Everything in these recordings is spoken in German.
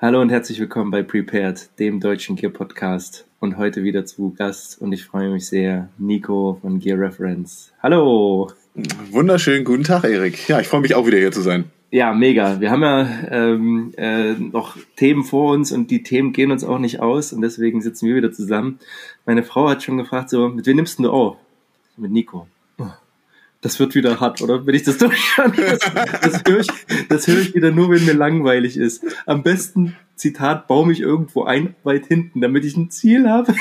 Hallo und herzlich willkommen bei Prepared, dem deutschen Gear-Podcast. Und heute wieder zu Gast und ich freue mich sehr, Nico von Gear Reference. Hallo! Wunderschönen guten Tag, Erik. Ja, ich freue mich auch wieder hier zu sein. Ja, mega. Wir haben ja noch Themen vor uns und die Themen gehen uns auch nicht aus und deswegen sitzen wir wieder zusammen. Meine Frau hat schon gefragt, so, mit wem nimmst du auf? Mit Nico. Das wird wieder hart, oder? Wenn ich das durchschaue, das höre ich wieder nur, wenn mir langweilig ist. Am besten, Zitat, baue mich irgendwo ein, weit hinten, damit ich ein Ziel habe.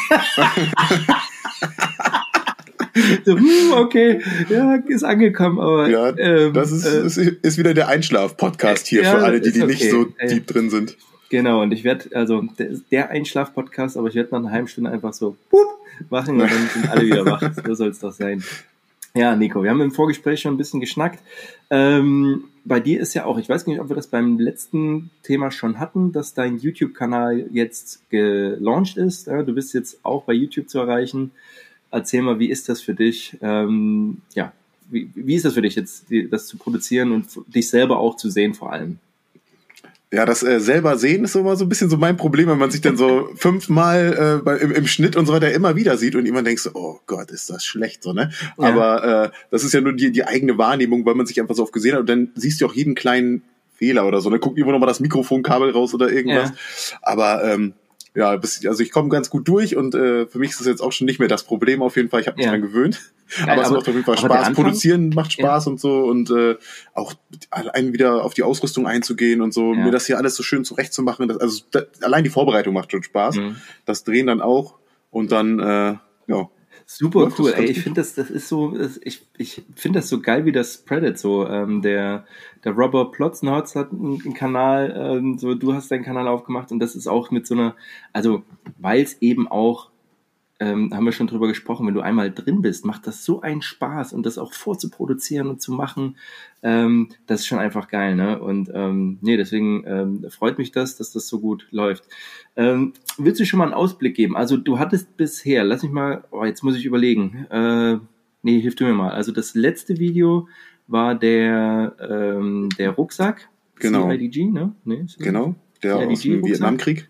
So, okay, ja, ist angekommen, aber... Ja, das ist wieder der Einschlaf-Podcast hier für alle, die nicht so deep drin sind. Genau, und ich werde, also der Einschlaf-Podcast, aber ich werde nach einer halben Stunde einfach so machen und dann sind alle wieder wach. So soll es doch sein. Ja, Nico, wir haben im Vorgespräch schon ein bisschen geschnackt. Bei dir ist ja auch, ich weiß nicht, ob wir das beim letzten Thema schon hatten, dass dein YouTube-Kanal jetzt gelauncht ist. Ja, du bist jetzt auch bei YouTube zu erreichen. Erzähl mal, wie ist das für dich? Wie ist das für dich jetzt, das zu produzieren und dich selber auch zu sehen vor allem? Ja, das selber sehen ist immer so ein bisschen so mein Problem, wenn man sich dann so 5-mal im Schnitt und so weiter immer wieder sieht und immer denkt so, oh Gott, ist das schlecht, so, ne? Ja. Aber das ist ja nur die eigene Wahrnehmung, weil man sich einfach so oft gesehen hat und dann siehst du auch jeden kleinen Fehler oder so, dann guckt irgendwo nochmal das Mikrofonkabel raus oder irgendwas. Ja. Aber also ich komme ganz gut durch und für mich ist das jetzt auch schon nicht mehr das Problem auf jeden Fall. Ich habe mich dran gewöhnt. Geil, aber es macht auf jeden Fall Spaß. Produzieren macht Spaß und so und auch allein wieder auf die Ausrüstung einzugehen und so, mir das hier alles so schön zurechtzumachen. Allein die Vorbereitung macht schon Spaß. Das Drehen dann auch und dann, Super cool, ey, ich finde das ist so, ich finde das so geil, wie das spreadet, so, der Robert Plotzenholz hat einen Kanal, so, du hast deinen Kanal aufgemacht und das ist auch mit so einer, also, weil es eben auch, haben wir schon drüber gesprochen, wenn du einmal drin bist, macht das so einen Spaß und das auch vorzuproduzieren und zu machen, das ist schon einfach geil, ne? Und deswegen freut mich dass das so gut läuft. Willst du schon mal einen Ausblick geben? Also du hattest bisher, lass mich mal, jetzt muss ich überlegen, hilf du mir mal. Also das letzte Video war der Rucksack, genau. CIDG, ne? Nee, genau, der CIDG aus dem Vietnamkrieg.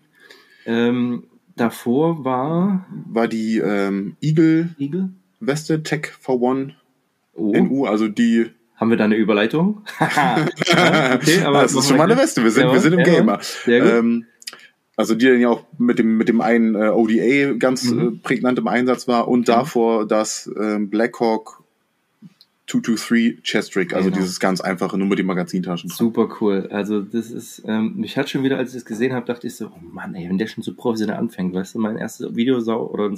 Davor war die Eagle Weste Tech for One NU, also die. Haben wir da eine Überleitung? Okay, aber das ist schon mal eine Weste, wir sind im Gamer. Also die dann ja auch mit dem einen ODA ganz prägnant im Einsatz war und davor das Blackhawk 223 Chest Rig, also dieses ganz einfache, nur mit den Magazintaschen. Super cool. Also das ist, mich hat schon wieder, als ich das gesehen habe, dachte ich so, oh Mann, ey, wenn der schon so professionell anfängt, weißt du, unser erstes Video sah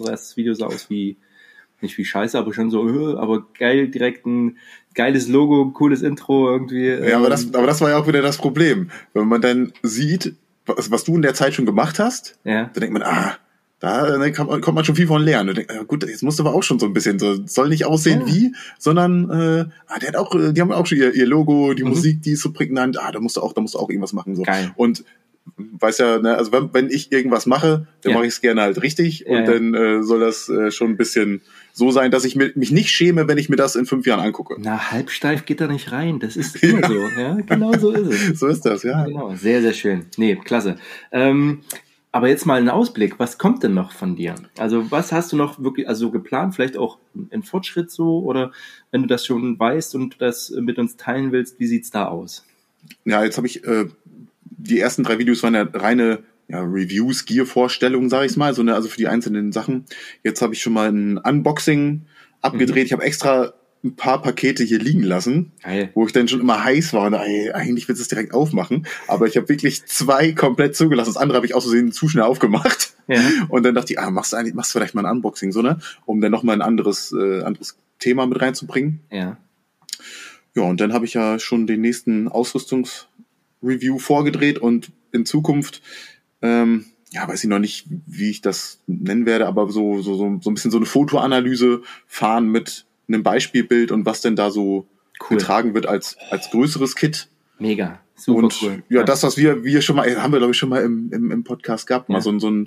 aus wie, nicht wie Scheiße, aber schon so, aber geil, direkt ein geiles Logo, cooles Intro irgendwie. Ja, aber das war ja auch wieder das Problem. Wenn man dann sieht, was du in der Zeit schon gemacht hast, dann denkt man, da kommt man schon viel von lernen. Und denkt, gut, jetzt musst du aber auch schon so ein bisschen, so soll nicht aussehen wie, sondern die haben auch schon ihr Logo, die Musik, die ist so prägnant, da musst du auch irgendwas machen. So. Geil. Und weiß ja, ne, also wenn ich irgendwas mache, dann mache ich es gerne halt richtig und dann soll das schon ein bisschen so sein, dass ich mich nicht schäme, wenn ich mir das in 5 Jahren angucke. Na, halbsteif geht da nicht rein. Das ist immer so. Ja, genau so ist es. So ist das, ja. Genau, sehr, sehr schön. Nee, klasse. Aber jetzt mal ein Ausblick. Was kommt denn noch von dir? Also was hast du noch wirklich geplant? Vielleicht auch ein Fortschritt so? Oder wenn du das schon weißt und das mit uns teilen willst, wie sieht's da aus? Ja, jetzt habe ich die ersten 3 Videos waren ja reine Reviews, Gear-Vorstellungen, sage ich mal, also für die einzelnen Sachen. Jetzt habe ich schon mal ein Unboxing abgedreht. Ich habe extra ein paar Pakete hier liegen lassen, wo ich dann schon immer heiß war und eigentlich willst du es direkt aufmachen. Aber ich habe wirklich 2 komplett zugelassen. Das andere habe ich aus Versehen zu schnell aufgemacht. Ja. Und dann dachte ich, machst du vielleicht mal ein Unboxing, so, ne? Um dann nochmal ein anderes Thema mit reinzubringen. Ja. Ja, und dann habe ich ja schon den nächsten Ausrüstungsreview vorgedreht und in Zukunft weiß ich noch nicht, wie ich das nennen werde, aber so ein bisschen so eine Fotoanalyse fahren mit einem Beispielbild und was denn da so getragen wird als größeres Kit. Mega, super und, cool. Ja, das, was wir schon mal, haben wir glaube ich schon mal im Podcast gehabt, mal so ein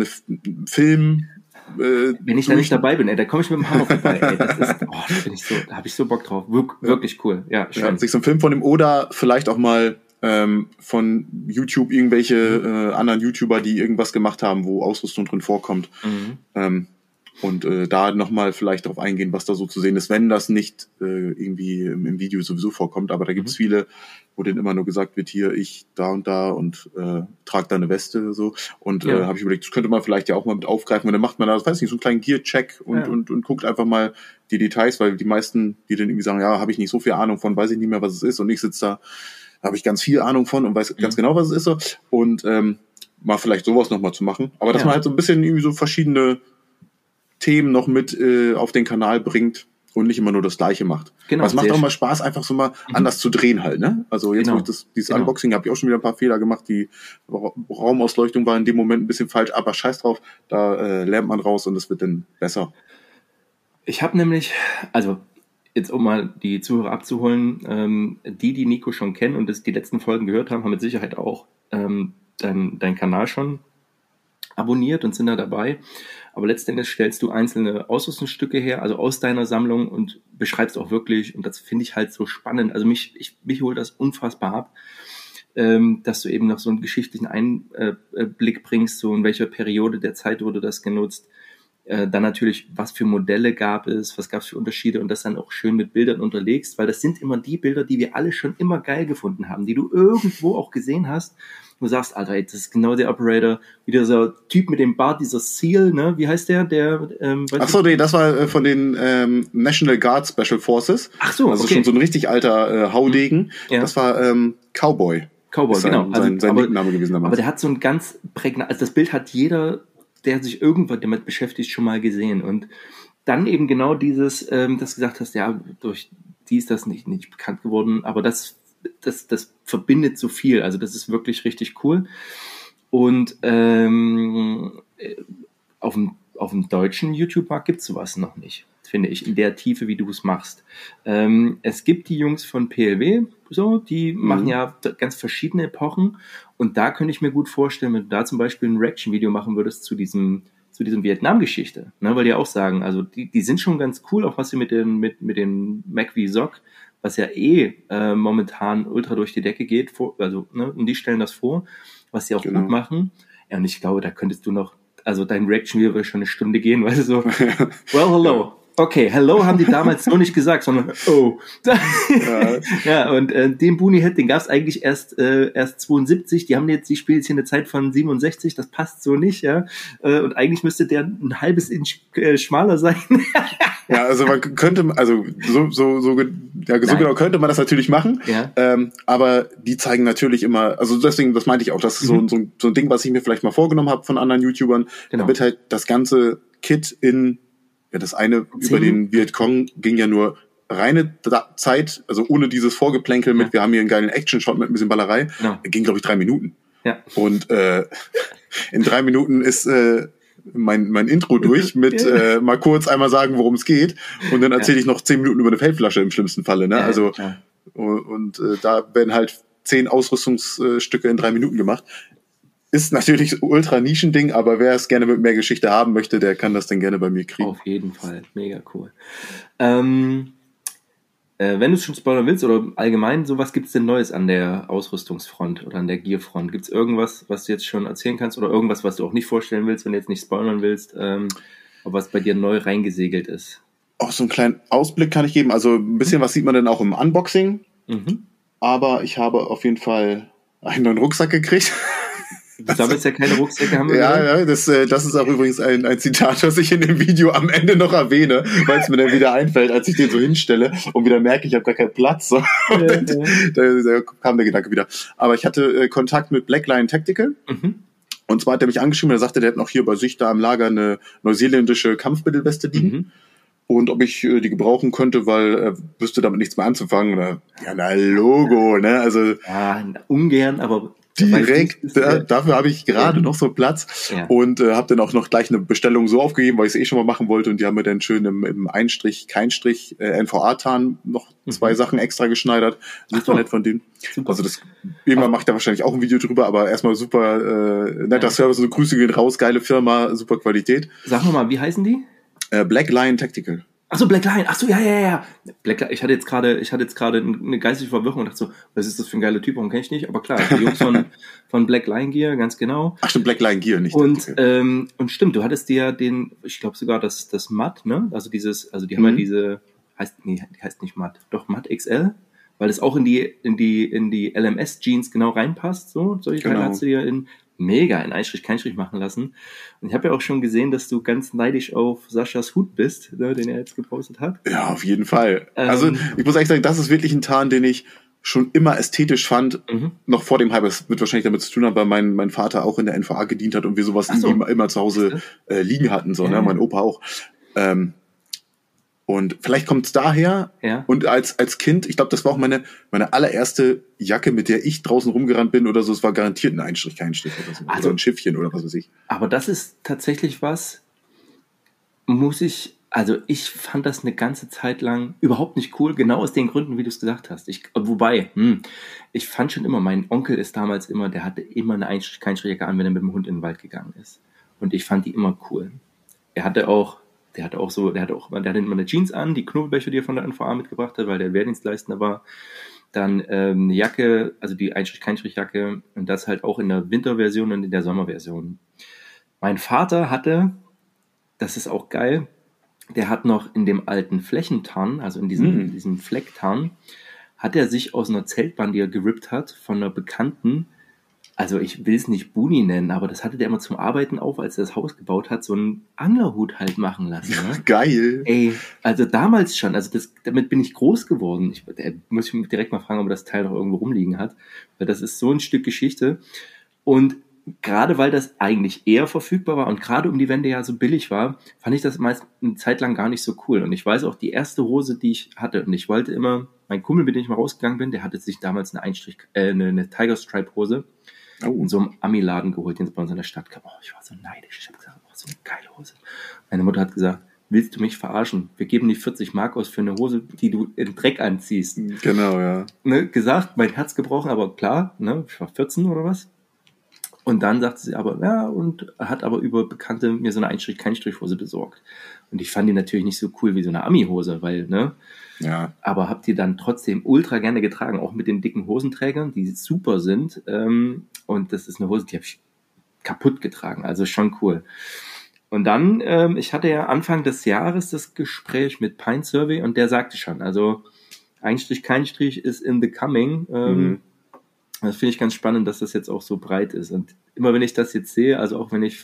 Film. Wenn ich da nicht dabei bin, da komme ich mit dem Hammer vorbei. Da habe ich so Bock drauf. Wirklich cool. Ja, schön. Ja, sich so einen Film von dem Oda vielleicht auch mal von YouTube irgendwelche anderen YouTuber, die irgendwas gemacht haben, wo Ausrüstung drin vorkommt. Und da nochmal vielleicht darauf eingehen, was da so zu sehen ist, wenn das nicht irgendwie im Video sowieso vorkommt. Aber da gibt es viele, wo denen immer nur gesagt wird, hier, ich da und trag da eine Weste so. Und habe ich überlegt, das könnte man vielleicht ja auch mal mit aufgreifen. Und dann macht man da, weiß nicht, so einen kleinen Gear-Check und guckt einfach mal die Details, weil die meisten, die dann irgendwie sagen, ja, habe ich nicht so viel Ahnung von, weiß ich nicht mehr, was es ist. Und ich sitze da, habe ich ganz viel Ahnung von und weiß ganz genau, was es ist. So. Und mal vielleicht sowas nochmal zu machen. Aber dass man halt so ein bisschen irgendwie so verschiedene Themen noch mit auf den Kanal bringt und nicht immer nur das Gleiche macht. Genau. Aber es macht auch mal Spaß, einfach so mal anders zu drehen halt, ne? Also jetzt, wo ich dieses Unboxing habe ich auch schon wieder ein paar Fehler gemacht. Die Raumausleuchtung war in dem Moment ein bisschen falsch, aber scheiß drauf, da lernt man raus und es wird dann besser. Ich habe nämlich, also jetzt um mal die Zuhörer abzuholen, die Nico schon kennen und die letzten Folgen gehört haben, haben mit Sicherheit auch deinen Kanal schon abonniert und sind da dabei. Aber letztendlich stellst du einzelne Ausrüstungsstücke her, also aus deiner Sammlung und beschreibst auch wirklich, und das finde ich halt so spannend, also mich holt das unfassbar ab, dass du eben noch so einen geschichtlichen Einblick bringst, so in welcher Periode der Zeit wurde das genutzt. Dann natürlich, was für Modelle gab es, was gab es für Unterschiede und das dann auch schön mit Bildern unterlegst, weil das sind immer die Bilder, die wir alle schon immer geil gefunden haben, die du irgendwo auch gesehen hast. Du sagst, Alter, ey, das ist genau der Operator, wie dieser Typ mit dem Bart, dieser Seal, ne? Wie heißt der? Ach so, nee, das war von den National Guard Special Forces. Ach so, also schon so ein richtig alter Haudegen. Ja. Das war Cowboy. Cowboy, genau. Sein Nickname gewesen damals. Aber der hat so ein ganz prägnant, also das Bild hat jeder, der sich irgendwann damit beschäftigt, schon mal gesehen. Und dann eben genau dieses, dass du gesagt hast, ja, durch die ist das nicht bekannt geworden, aber das verbindet so viel. Also das ist wirklich richtig cool. Und auf dem deutschen YouTube-Markt gibt es sowas noch nicht, finde ich, in der Tiefe, wie du es machst. Es gibt die Jungs von PLW, so, die machen ja ganz verschiedene Epochen und da könnte ich mir gut vorstellen, wenn du da zum Beispiel ein Reaction-Video machen würdest zu diesem Vietnam-Geschichte, ne, weil die auch sagen, also die sind schon ganz cool, auch was sie mit den MacV Sock, was ja momentan ultra durch die Decke geht, und die stellen das vor, was sie auch gut machen. Ja, und ich glaube, da könntest du noch, also dein Reaction-Video würde schon eine Stunde gehen, weil du so, well, hello. Okay, hello haben die damals so nicht gesagt, sondern oh. Ja, und den Boonie Head, den gab es eigentlich erst 72. Die spielen jetzt hier eine Zeit von 67, das passt so nicht, ja. Und eigentlich müsste der ein halbes Inch schmaler sein. Ja, also man könnte, so genau könnte man das natürlich machen. Ja. Aber die zeigen natürlich immer, also deswegen, das meinte ich auch, das ist so ein Ding, was ich mir vielleicht mal vorgenommen habe von anderen YouTubern. Genau. Da wird halt das ganze Kit das eine über den Vietcong ging ja nur reine Zeit, also ohne dieses Vorgeplänkel mit, wir haben hier einen geilen Action-Shot mit ein bisschen Ballerei, ging, glaube ich, 3 Minuten. Ja. Und in 3 Minuten ist mein Intro durch mit mal kurz einmal sagen, worum es geht und dann erzähle ich noch 10 Minuten über eine Feldflasche im schlimmsten Falle. Ne? Also und da werden halt 10 Ausrüstungsstücke in 3 Minuten gemacht. Ist natürlich ultra Nischending, aber wer es gerne mit mehr Geschichte haben möchte, der kann das dann gerne bei mir kriegen. Auf jeden Fall, mega cool. Wenn du es schon spoilern willst oder allgemein, so was gibt es denn Neues an der Ausrüstungsfront oder an der Gearfront? Gibt es irgendwas, was du jetzt schon erzählen kannst oder irgendwas, was du auch nicht vorstellen willst, wenn du jetzt nicht spoilern willst, was bei dir neu reingesegelt ist? Auch so einen kleinen Ausblick kann ich geben. Also ein bisschen was sieht man dann auch im Unboxing. Aber ich habe auf jeden Fall einen neuen Rucksack gekriegt. Du sammelst ja keine Rucksäcke, haben wir Ja, das ist auch übrigens ein Zitat, was ich in dem Video am Ende noch erwähne, weil es mir dann wieder einfällt, als ich den so hinstelle und wieder merke, ich habe gar keinen Platz. So. Da kam der Gedanke wieder. Aber ich hatte Kontakt mit Blackline Tactical. Und zwar hat er mich angeschrieben, er sagte, der hat noch hier bei sich da im Lager eine neuseeländische Kampfmittelweste liegen. Und ob ich die gebrauchen könnte, weil er wüsste damit nichts mehr anzufangen. Oder, ja, na, Logo, ne? Also ja, ungern, aber direkt, dafür habe ich gerade noch so Platz und habe dann auch noch gleich eine Bestellung so aufgegeben, weil ich es schon mal machen wollte und die haben mir dann schön im Einstrich, Keinstrich, NVA-Tarn noch 2 Sachen extra geschneidert. Super nett von denen. Super. Also das irgendwann macht er wahrscheinlich auch ein Video drüber, aber erstmal super netter Service, so Grüße gehen raus, geile Firma, super Qualität. Sag nochmal, wie heißen die? Blackline Tactical. Ach so, Black Lion. Ach so, ja. Black Lion. Ich hatte jetzt gerade eine geistige Verwirrung und dachte so, was ist das für ein geiler Typ? Warum kenne ich nicht? Aber klar, die Jungs von Black Lion Gear, ganz genau. Ach stimmt, Black Lion Gear, nicht. Und stimmt, du hattest dir ich glaube sogar das Matt, ne? Also die haben ja die heißt nicht Matt, doch Matt XL, weil es auch in die LMS Jeans genau reinpasst, so. Solche Teile hast du dir in Einstrich, Keinstrich machen lassen. Und ich habe ja auch schon gesehen, dass du ganz neidisch auf Saschas Hut bist, ne, den er jetzt gepostet hat. Ja, auf jeden Fall. Also ich muss eigentlich sagen, das ist wirklich ein Tarn, den ich schon immer ästhetisch fand, noch vor dem Hype. Es wird wahrscheinlich damit zu tun haben, weil mein Vater auch in der NVA gedient hat und wir sowas immer zu Hause liegen hatten, so, ne? Mein Opa auch. Und vielleicht kommt es daher. Ja. Und als Kind, ich glaube, das war auch meine allererste Jacke, mit der ich draußen rumgerannt bin oder so. Es war garantiert ein Einstrich, kein Stich oder so. Also ein Schiffchen oder was weiß ich. Aber das ist tatsächlich was, ich fand das eine ganze Zeit lang überhaupt nicht cool, genau aus den Gründen, wie du es gesagt hast. Ich fand schon immer, mein Onkel ist damals immer, der hatte immer eine Einstrich-Keinstrich-Jacke an, wenn er mit dem Hund in den Wald gegangen ist. Und ich fand die immer cool. Der hatte immer eine Jeans an, die Knobelbecher, die er von der NVA mitgebracht hat, weil der Wehrdienstleistender war. Dann eine Jacke, also die Einstrich-Keinstrich-Jacke und das halt auch in der Winterversion und in der Sommerversion. Mein Vater hatte, das ist auch geil, der hat noch in dem alten Flächentarn, also in diesem Flecktarn, hat er sich aus einer Zeltbahn, die er gerippt hat, von einer Bekannten, also ich will es nicht Buni nennen, aber das hatte der immer zum Arbeiten auf, als er das Haus gebaut hat, so einen Anglerhut halt machen lassen. Ne? Geil. Ey, also damals schon, damit bin ich groß geworden. Muss ich direkt mal fragen, ob er das Teil noch irgendwo rumliegen hat, weil das ist so ein Stück Geschichte. Und gerade weil das eigentlich eher verfügbar war und gerade um die Wende ja so billig war, fand ich das meist eine Zeit lang gar nicht so cool. Und ich weiß auch, die erste Hose, die ich hatte, und ich wollte immer, mein Kumpel, mit dem ich mal rausgegangen bin, der hatte sich damals eine Tiger Stripe Hose in so einem Ami-Laden geholt, den es bei uns in der Stadt gab. Oh, ich war so neidisch. Ich habe gesagt, oh, so eine geile Hose. Meine Mutter hat gesagt, willst du mich verarschen? Wir geben nicht 40 Mark aus für eine Hose, die du in Dreck anziehst. Genau, ja. Ne, gesagt, mein Herz gebrochen, aber klar, ne, ich war 14 oder was. Und dann sagte sie aber, ja, und hat aber über Bekannte mir so eine Einstrich-Keinstrich-Hose besorgt. Und ich fand die natürlich nicht so cool wie so eine Ami-Hose, weil, ne? Ja. Aber hab die dann trotzdem ultra gerne getragen, auch mit den dicken Hosenträgern, die super sind. Und das ist eine Hose, die habe ich kaputt getragen, also schon cool. Und dann, ich hatte ja Anfang des Jahres das Gespräch mit Pine Survey und der sagte schon, also Einstrich, Keinstrich ist in the coming. Das finde ich ganz spannend, dass das jetzt auch so breit ist. Und immer wenn ich das jetzt sehe, also auch wenn ich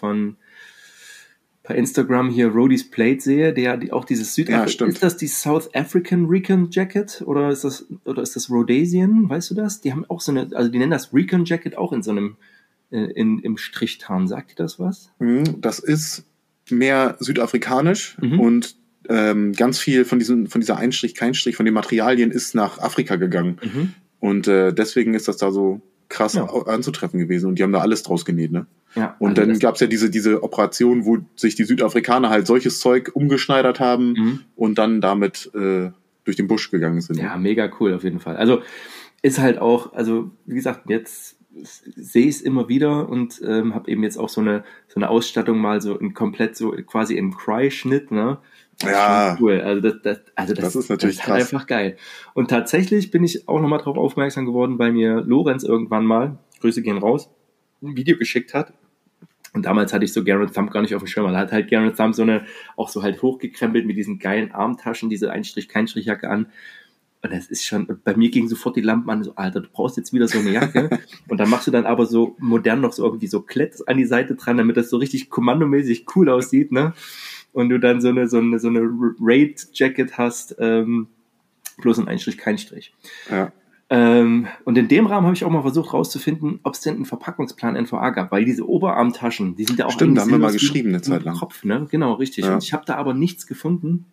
bei Instagram hier Roddy's Plate sehe, auch dieses Südafrika. Ist das die South African Recon Jacket oder ist das Rhodesian? Weißt du das? Die haben auch so also die nennen das Recon Jacket auch in so einem im Strichtarn. Sagt dir das was? Das ist mehr südafrikanisch und ganz viel von dieser Einstrich, Keinstrich, von den Materialien ist nach Afrika gegangen. Und deswegen ist das da so krass anzutreffen gewesen. Und die haben da alles draus genäht, ne? Ja, und also dann gab's ja diese Operation, wo sich die Südafrikaner halt solches Zeug umgeschneidert haben und dann damit durch den Busch gegangen sind. Ja, mega cool auf jeden Fall. Also ist halt auch, also wie gesagt, jetzt sehe ich es immer wieder und habe eben jetzt auch so eine Ausstattung mal so komplett so quasi im Cry-Schnitt, ne? Ja, cool. Also das ist natürlich krass. Halt einfach geil. Und tatsächlich bin ich auch nochmal drauf aufmerksam geworden, weil mir Lorenz irgendwann mal, Grüße gehen raus, ein Video geschickt hat. Und damals hatte ich so Garrett Thumb gar nicht auf dem Schirm. Da hat halt Garrett Thumb auch so halt hochgekrempelt mit diesen geilen Armtaschen, diese Einstrich-Keinstrich-Jacke an. Und das ist schon, bei mir ging sofort die Lampen an, so, Alter, du brauchst jetzt wieder so eine Jacke. Und dann machst du dann aber so modern noch so irgendwie so Klett an die Seite dran, damit das so richtig kommandomäßig cool aussieht, ne? Und du dann so eine Raid-Jacket hast, bloß ein Einstrich, kein Strich. Ja. Und in dem Rahmen habe ich auch mal versucht rauszufinden, ob es denn einen Verpackungsplan NVA gab, weil diese Oberarmtaschen, die sind ja auch... Stimmt, da haben wir mal geschrieben eine Zeit lang. Kopf, ne? Genau, richtig. Ja. Und ich habe da aber nichts gefunden.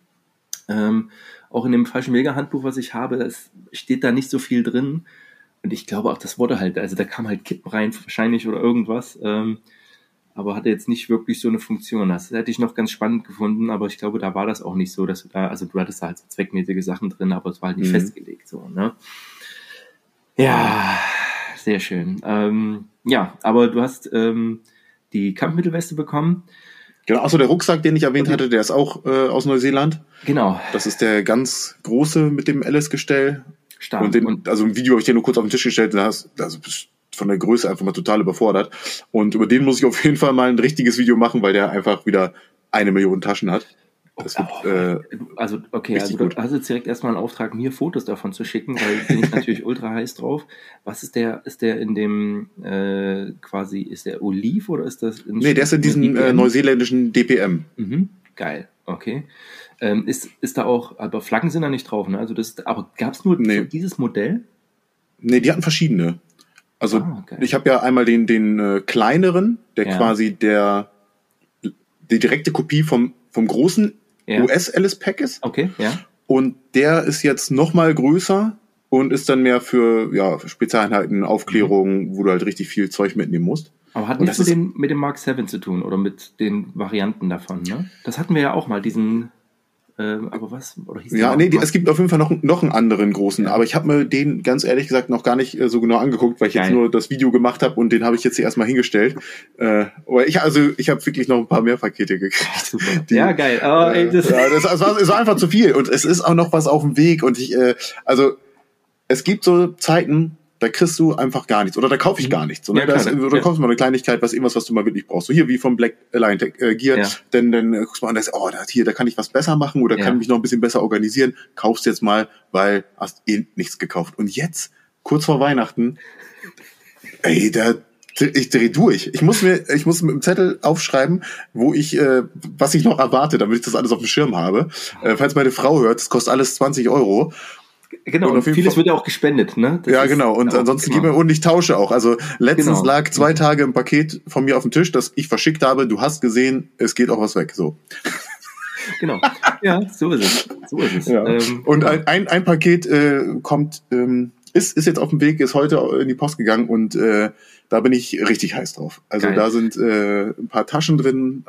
Auch in dem falschen Mega-Handbuch, was ich habe, steht da nicht so viel drin. Und ich glaube auch, das wurde halt, also da kam halt Kippen rein wahrscheinlich oder irgendwas. Aber hatte jetzt nicht wirklich so eine Funktion. Das hätte ich noch ganz spannend gefunden, aber ich glaube, da war das auch nicht so, dass du hattest da halt so zweckmäßige Sachen drin, aber es war halt nicht festgelegt, so, ne? Ja, sehr schön. Ja, aber du hast die Kampfmittelweste bekommen Genau, achso, der Rucksack, den ich erwähnt hatte, der ist auch aus Neuseeland. Genau. Das ist der ganz große mit dem Alice-Gestell. Stark. Also im Video habe ich den nur kurz auf den Tisch gestellt, also bist von der Größe einfach mal total überfordert. Und über den muss ich auf jeden Fall mal ein richtiges Video machen, weil der einfach wieder 1 Million Taschen hat. Das wird, also du hast jetzt direkt erstmal einen Auftrag, mir Fotos davon zu schicken, weil bin ich natürlich ultra heiß drauf. Was ist der in dem quasi, ist der Oliv oder ist das Nee, der ist in diesem neuseeländischen DPM. Mhm, geil, okay. Ist da auch, aber Flaggen sind da nicht drauf, ne? Also aber gab es nur dieses Modell? Nee, die hatten verschiedene. Also ich habe ja einmal den kleineren, der quasi die direkte Kopie vom großen US-Alice-Pack ist. Okay, ja. Und der ist jetzt noch mal größer und ist dann mehr für Spezialeinheiten, Aufklärung, wo du halt richtig viel Zeug mitnehmen musst. Aber hat nichts mit dem Mark 7 zu tun oder mit den Varianten davon, ne? Das hatten wir ja auch mal, diesen... aber was? Oder hieß es gibt auf jeden Fall noch einen anderen großen, aber ich habe mir den ganz ehrlich gesagt noch gar nicht so genau angeguckt, weil ich jetzt nur das Video gemacht habe und den habe ich jetzt hier erstmal hingestellt. Aber ich habe wirklich noch ein paar mehr Pakete gekriegt. Super. Ja, geil. Aber, es war einfach zu viel und es ist auch noch was auf dem Weg und es gibt so Zeiten, da kriegst du einfach gar nichts. Oder da kaufe ich gar nichts. Oder kaufst du mal eine Kleinigkeit, was du mal wirklich brauchst. So hier wie vom Black Lion Gear. Ja. Dann guckst du mal an, da kann ich was besser machen oder kann mich noch ein bisschen besser organisieren. Kaufst jetzt mal, weil hast nichts gekauft. Und jetzt, kurz vor Weihnachten, ich dreh durch. Ich muss mit dem Zettel aufschreiben, was ich noch erwarte, damit ich das alles auf dem Schirm habe. Falls meine Frau hört, das kostet alles 20 €. Genau, und vieles wird ja auch gespendet, ne? Das genau, und ansonsten gib mir und ich tausche auch. Also letztens lag 2 Tage ein Paket von mir auf dem Tisch, das ich verschickt habe. Du hast gesehen, es geht auch was weg, so. Genau, ja, so ist es. Ja. Und ein Paket ist jetzt auf dem Weg, ist heute in die Post gegangen und da bin ich richtig heiß drauf. Also geil. Da sind ein paar Taschen drin,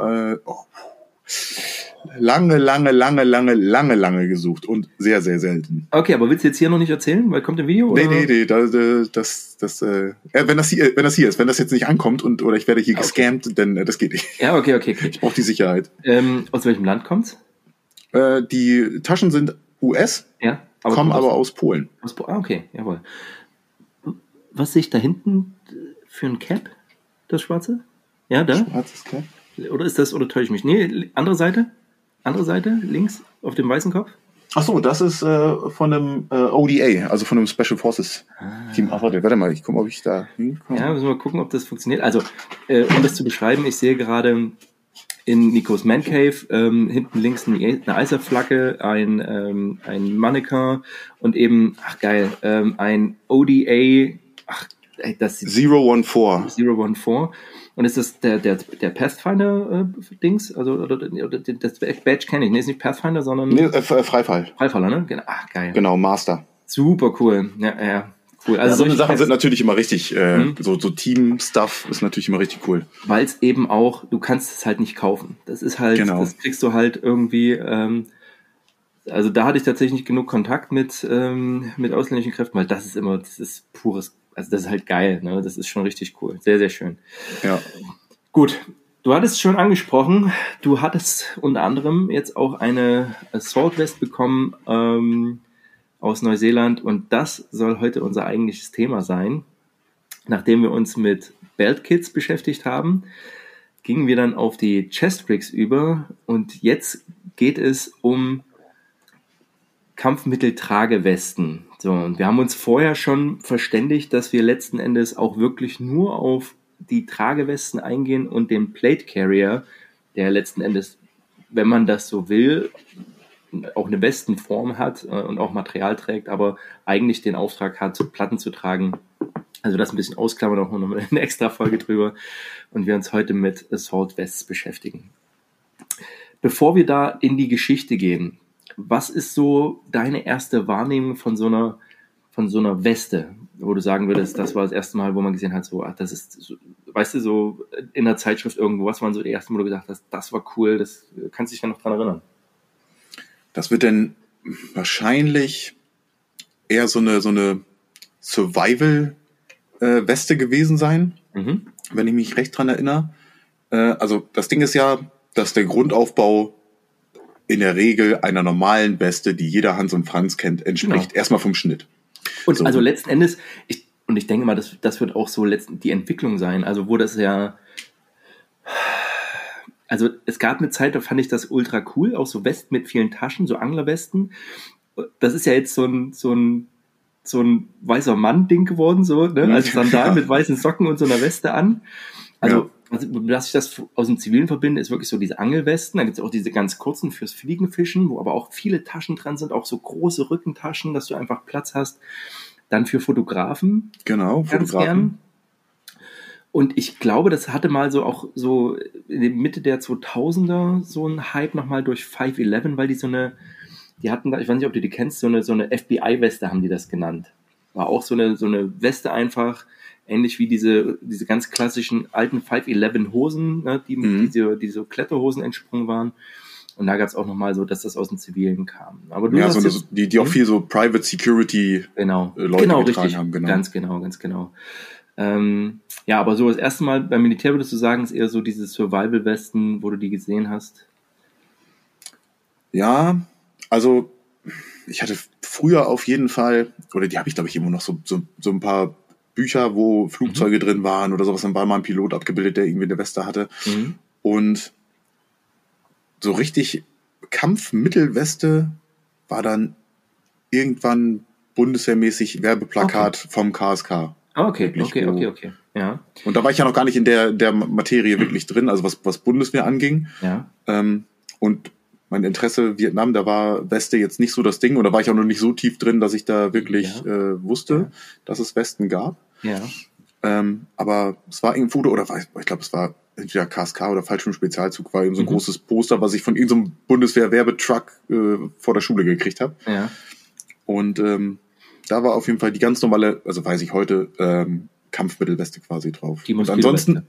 lange gesucht und sehr, sehr selten. Okay, aber willst du jetzt hier noch nicht erzählen? Weil kommt im Video? Oder? Nee, wenn das hier ist, wenn das jetzt nicht ankommt oder ich werde hier gescammt, dann das geht nicht. Ja, okay. Ich brauche die Sicherheit. Aus welchem Land kommt's? Die Taschen sind US, kommen aber aus Polen. Okay, jawohl. Was sehe ich da hinten für ein Cap? Das schwarze? Ja, da? Schwarzes Cap? Oder täusche ich mich? Nee, andere Seite, links, auf dem weißen Kopf. Ach so, das ist von einem ODA, also von einem Special Forces Team. Ach, warte mal, ich gucke, ob ich da hinkomme. Ja, müssen wir mal gucken, ob das funktioniert. Also, um das zu beschreiben, ich sehe gerade in Nikos Man Cave hinten links eine ISAF-Flagge, ein Mannequin und eben, ein ODA, das 014. Und ist das der Pathfinder-Dings? Also das Badge kenne ich. Nee, ist nicht Pathfinder, sondern... Nee, Freifall. Freifaller, ne? Genau. Ach, geil. Genau, Master. Super cool. Ja, cool. Also so eine Sachen sind natürlich immer richtig, so Team-Stuff ist natürlich immer richtig cool. Weil es eben auch, du kannst es halt nicht kaufen. Das ist halt, Das kriegst du halt irgendwie... also da hatte ich tatsächlich nicht genug Kontakt mit ausländischen Kräften, weil das ist pures... Also das ist halt geil, ne? Das ist schon richtig cool. Sehr, sehr schön. Ja. Gut, du hattest schon angesprochen, du hattest unter anderem jetzt auch eine Assault Vest bekommen aus Neuseeland und das soll heute unser eigentliches Thema sein. Nachdem wir uns mit Belt Kits beschäftigt haben, gingen wir dann auf die Chest Rigs über und jetzt geht es um Kampfmitteltragewesten. So, und wir haben uns vorher schon verständigt, dass wir letzten Endes auch wirklich nur auf die Tragewesten eingehen und den Plate Carrier, der letzten Endes, wenn man das so will, auch eine Westenform hat und auch Material trägt, aber eigentlich den Auftrag hat, Platten zu tragen. Also das ein bisschen ausklammern, auch noch eine extra Folge drüber. Und wir uns heute mit Assault Vests beschäftigen. Bevor wir da in die Geschichte gehen, was ist so deine erste Wahrnehmung von so einer Weste, wo du sagen würdest, das war das erste Mal, wo man gesehen hat, so, das ist, so, weißt du, so in der Zeitschrift irgendwo, was waren so die ersten, wo du gesagt hast, das war cool, das kannst du dich ja noch dran erinnern? Das wird dann wahrscheinlich eher so eine Survival-Weste gewesen sein, wenn ich mich recht dran erinnere. Also das Ding ist ja, dass der Grundaufbau in der Regel einer normalen Weste, die jeder Hans und Franz kennt, entspricht. Genau. Erstmal vom Schnitt. Und so. Also letzten Endes, ich denke mal, das wird auch so die Entwicklung sein. Also wo das ja, also es gab eine Zeit, da fand ich das ultra cool, auch so Westen mit vielen Taschen, so Anglerwesten. Das ist ja jetzt so ein weißer Mann-Ding geworden, so, ne? Also Sandalen mit weißen Socken und so einer Weste an. Also, dass ich das aus dem Zivilen verbinde, ist wirklich so diese Angelwesten. Da gibt es auch diese ganz kurzen fürs Fliegenfischen, wo aber auch viele Taschen dran sind, auch so große Rückentaschen, dass du einfach Platz hast. Dann für Fotografen. Genau, Fotografen. Gern. Und ich glaube, das hatte mal so auch so in der Mitte der 2000er so ein Hype nochmal durch 511, weil die hatten da, ich weiß nicht, ob du die kennst, so eine FBI-Weste haben die das genannt. War auch so eine Weste einfach, ähnlich wie diese ganz klassischen alten 511 Hosen, ne, die so Kletterhosen entsprungen waren. Und da gab es auch nochmal so, dass das aus dem Zivilen kam. Aber du hast so die auch viel so Private Security Leute getragen richtig. haben. Genau. Ganz genau. Ja, aber so das erste Mal beim Militär würdest du sagen, ist eher so diese Survival-Westen, wo du die gesehen hast? Ja, also ich hatte früher auf jeden Fall, oder die habe ich glaube ich immer noch so ein paar Bücher, wo Flugzeuge drin waren oder sowas, dann war mal ein Pilot abgebildet, der irgendwie eine Weste hatte. Und so richtig Kampfmittelweste war dann irgendwann bundeswehrmäßig Werbeplakat vom KSK. Okay. Ja. Und da war ich ja noch gar nicht in der Materie wirklich drin, also was Bundeswehr anging. Ja. Und mein Interesse Vietnam, da war Weste jetzt nicht so das Ding, und da war ich auch noch nicht so tief drin, dass ich da wirklich wusste, dass es Westen gab. Ja. Aber es war irgendwo, oder ich glaube, es war entweder KSK oder Fallschirm-Spezialzug, war eben so ein großes Poster, was ich von irgendeinem Bundeswehr-Werbetruck vor der Schule gekriegt habe. Ja. Und da war auf jeden Fall die ganz normale, also weiß ich heute, Kampfmittelweste quasi drauf. Die und ansonsten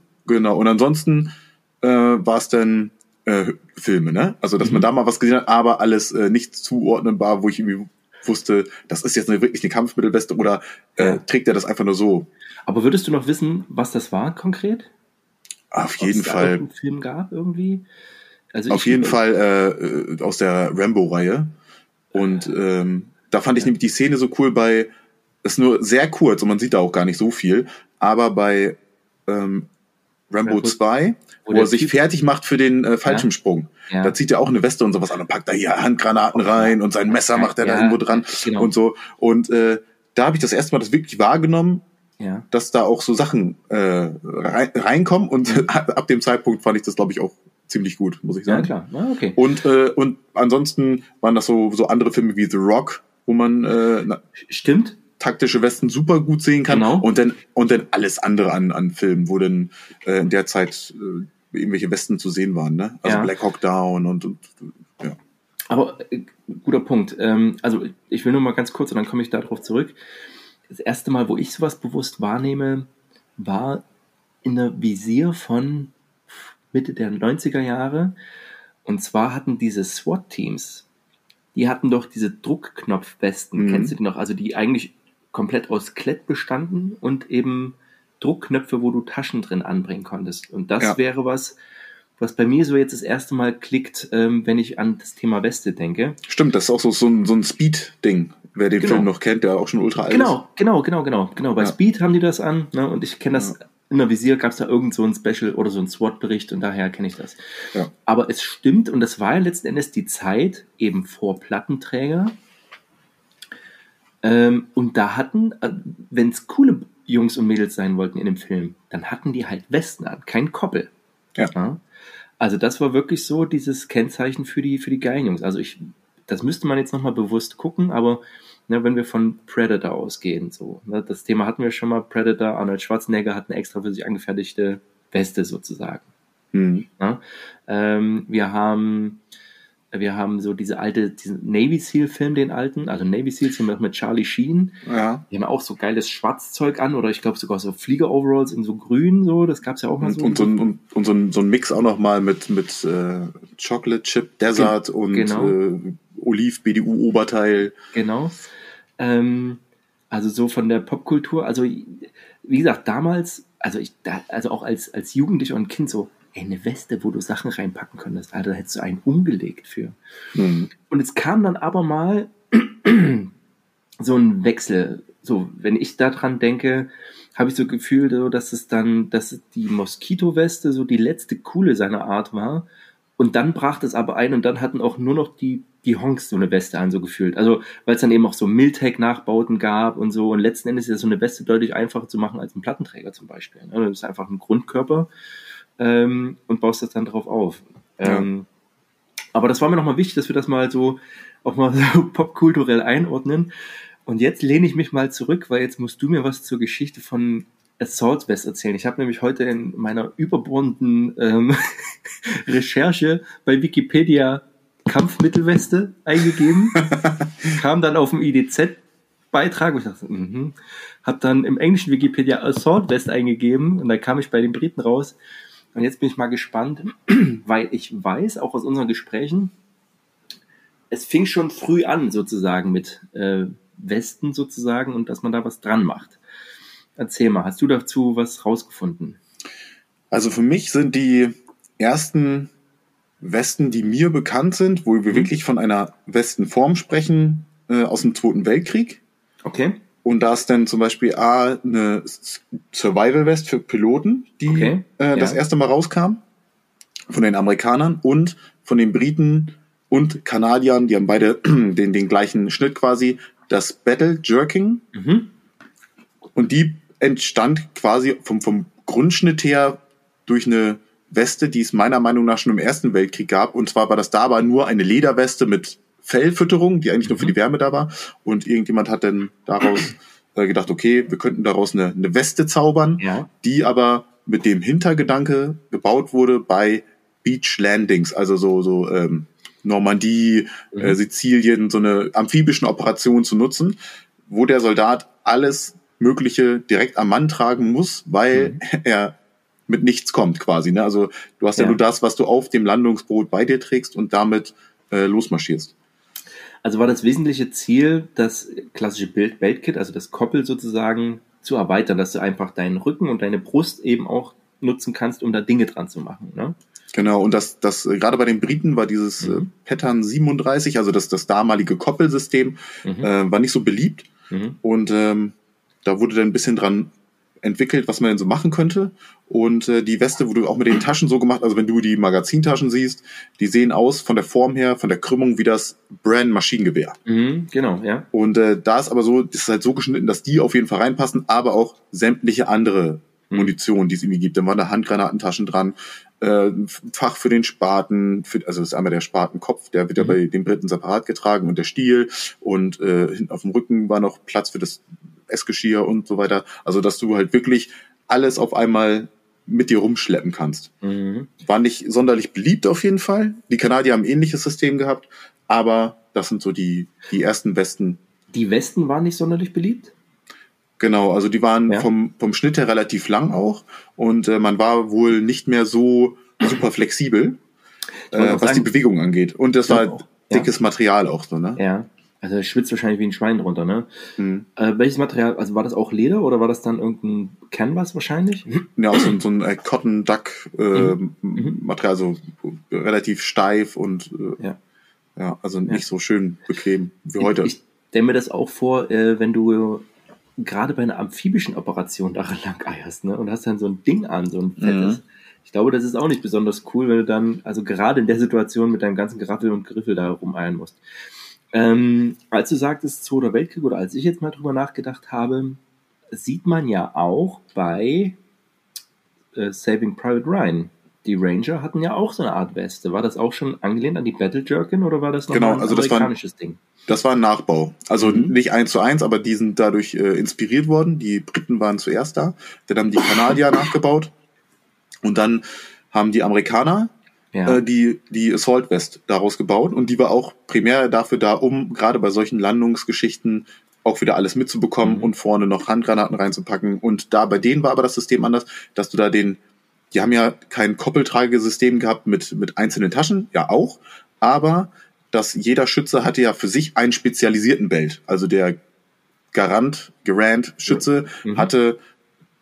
war es dann Filme, ne? Also, dass man da mal was gesehen hat, aber alles nicht zuordnenbar, wo ich irgendwie wusste, das ist jetzt wirklich eine Kampfmittelweste, oder trägt er das einfach nur so? Aber würdest du noch wissen, was das war konkret? Auf jeden Fall. Ob es einen Film gab irgendwie? Also auf jeden Fall aus der Rambo-Reihe. Und da fand ich nämlich die Szene so cool ist nur sehr kurz und man sieht da auch gar nicht so viel, aber bei Rambo 2, wo er sich fertig macht für den Fallschirmsprung. Ja. Da zieht er auch eine Weste und sowas an und packt da hier Handgranaten rein und sein Messer macht er da irgendwo dran und so. Und da habe ich das erste Mal das wirklich wahrgenommen, dass da auch so Sachen reinkommen, und ab dem Zeitpunkt fand ich das, glaube ich, auch ziemlich gut, muss ich sagen. Ja, klar. Okay. Und ansonsten waren das so andere Filme wie The Rock, wo man stimmt, taktische Westen super gut sehen kann. Genau. Und dann alles andere an Filmen, wo dann in der Zeit irgendwelche Westen zu sehen waren, ne? Also Black Hawk Down und ja. Aber guter Punkt. Also ich will nur mal ganz kurz, und dann komme ich darauf zurück. Das erste Mal, wo ich sowas bewusst wahrnehme, war in der Visier von Mitte der 90er Jahre. Und zwar hatten diese SWAT-Teams, die hatten doch diese Druckknopfwesten, kennst du die noch? Also die eigentlich komplett aus Klett bestanden und eben Druckknöpfe, wo du Taschen drin anbringen konntest. Und das wäre was bei mir so jetzt das erste Mal klickt, wenn ich an das Thema Weste denke. Stimmt, das ist auch so ein Speed-Ding, wer den Film noch kennt, der auch schon ultra alt ist. Genau. Bei Speed haben die das an, ne? Und ich kenne das, in der Visier gab es da irgend so ein Special oder so ein SWAT-Bericht, und daher kenne ich das. Ja. Aber es stimmt, und das war ja letzten Endes die Zeit eben vor Plattenträger. Und da hatten, wenn es coole Jungs und Mädels sein wollten in dem Film, dann hatten die halt Westen an, kein Koppel. Ja. Also das war wirklich so dieses Kennzeichen für die geilen Jungs. Also das müsste man jetzt nochmal bewusst gucken, aber wenn wir von Predator ausgehen, so, ne, das Thema hatten wir schon mal, Predator, Arnold Schwarzenegger hat eine extra für sich angefertigte Weste sozusagen. Ja? Wir haben so diesen Navy Seal-Film, den alten, also Navy Seals mit Charlie Sheen. Ja. Die haben auch so geiles Schwarzzeug an, oder ich glaube sogar so Flieger-Overalls in so grün, so, das gab's ja auch mal so. Und so ein Mix auch nochmal mit Chocolate Chip Desert und Oliv BDU Oberteil. Genau. Also so von der Popkultur, also wie gesagt, damals, also auch als Jugendlicher und Kind so, eine Weste, wo du Sachen reinpacken könntest. Alter, da hättest du einen umgelegt für. Mhm. Und es kam dann aber mal so ein Wechsel. So, wenn ich daran denke, habe ich so Gefühl, so, dass die Moskito-Weste so die letzte coole seiner Art war. Und dann brach das aber ein und dann hatten auch nur noch die Honks so eine Weste an, so gefühlt. Also, weil es dann eben auch so Miltech-Nachbauten gab und so. Und letzten Endes ist ja so eine Weste deutlich einfacher zu machen als ein Plattenträger zum Beispiel. Das ist einfach ein Grundkörper und baust das dann drauf auf. Ja. Aber das war mir nochmal wichtig, dass wir das mal so auch mal so popkulturell einordnen. Und jetzt lehne ich mich mal zurück, weil jetzt musst du mir was zur Geschichte von Assault Vest erzählen. Ich habe nämlich heute in meiner überbordenden Recherche bei Wikipedia Kampfmittelweste eingegeben, kam dann auf den IDZ-Beitrag und ich dachte, habe dann im englischen Wikipedia Assault Vest eingegeben und da kam ich bei den Briten raus. Und jetzt bin ich mal gespannt, weil ich weiß, auch aus unseren Gesprächen, es fing schon früh an sozusagen mit Westen sozusagen und dass man da was dran macht. Erzähl mal, hast du dazu was rausgefunden? Also für mich sind die ersten Westen, die mir bekannt sind, wo wir wirklich von einer Westenform sprechen, aus dem Zweiten Weltkrieg. Okay. Und da ist dann zum Beispiel eine Survival-West für Piloten, die das erste Mal rauskam, von den Amerikanern und von den Briten und Kanadiern, die haben beide den gleichen Schnitt quasi, das Battle Jerking. Mhm. Und die entstand quasi vom Grundschnitt her durch eine Weste, die es meiner Meinung nach schon im Ersten Weltkrieg gab. Und zwar war das dabei nur eine Lederweste mit Fellfütterung, die eigentlich nur für die Wärme da war. Und irgendjemand hat dann daraus gedacht, okay, wir könnten daraus eine Weste zaubern, die aber mit dem Hintergedanke gebaut wurde bei Beach Landings, also so Normandie, Sizilien, so eine amphibischen Operation zu nutzen, wo der Soldat alles Mögliche direkt am Mann tragen muss, weil er mit nichts kommt quasi. Ne? Also du hast ja nur das, was du auf dem Landungsboot bei dir trägst und damit losmarschierst. Also war das wesentliche Ziel, das klassische Beltkit, also das Koppel sozusagen zu erweitern, dass du einfach deinen Rücken und deine Brust eben auch nutzen kannst, um da Dinge dran zu machen, ne? Genau, und das gerade bei den Briten war dieses Pattern 37, also das damalige Koppelsystem, war nicht so beliebt. Und da wurde dann ein bisschen dran entwickelt, was man denn so machen könnte. Und die Weste wurde auch mit den Taschen so gemacht, also wenn du die Magazintaschen siehst, die sehen aus von der Form her, von der Krümmung wie das Bren Maschinengewehr. Genau, ja. Und da ist aber so, das ist halt so geschnitten, dass die auf jeden Fall reinpassen, aber auch sämtliche andere Munition, die es irgendwie gibt. Dann waren da Handgranatentaschen dran, Fach für den Spaten, also das ist einmal der Spatenkopf, der wird ja bei den Briten separat getragen und der Stiel und hinten auf dem Rücken war noch Platz für das Essgeschirr und so weiter. Also dass du halt wirklich alles auf einmal mit dir rumschleppen kannst. War nicht sonderlich beliebt auf jeden Fall. Die Kanadier haben ein ähnliches System gehabt, aber das sind so die ersten Westen. Die Westen waren nicht sonderlich beliebt? Genau, also die waren vom Schnitt her relativ lang auch und man war wohl nicht mehr so super flexibel, was die Bewegung angeht. Und das war dickes Material auch so, ne? Ja, also schwitzt wahrscheinlich wie ein Schwein drunter, ne? Welches Material, also war das auch Leder oder war das dann irgendein Canvas wahrscheinlich? Ja, auch so ein Cotton Duck Material, so relativ steif und also nicht so schön bequem wie heute. Ich stelle mir das auch vor, wenn du gerade bei einer amphibischen Operation da lang eierst, ne? Und hast dann so ein Ding an, so ein fettes. Ich glaube, das ist auch nicht besonders cool, wenn du dann, also gerade in der Situation mit deinem ganzen Geraffel und Griffel da rumeiern musst. Als du sagtest, Zweiter Weltkrieg, oder als ich jetzt mal drüber nachgedacht habe, sieht man ja auch bei Saving Private Ryan. Die Ranger hatten ja auch so eine Art Weste. War das auch schon angelehnt an die Battle Jerkin oder war das noch ein amerikanisches Ding? Das war ein Nachbau. Also nicht 1:1, aber die sind dadurch inspiriert worden. Die Briten waren zuerst da. Dann haben die Kanadier nachgebaut. Und dann haben die Amerikaner die Assault Vest daraus gebaut. Und die war auch primär dafür da, um gerade bei solchen Landungsgeschichten auch wieder alles mitzubekommen und vorne noch Handgranaten reinzupacken. Und da bei denen war aber das System anders, dass du da die haben ja kein Koppeltragesystem gehabt mit einzelnen Taschen, ja auch, aber dass jeder Schütze hatte ja für sich einen spezialisierten Belt. Also der Garant-Schütze hatte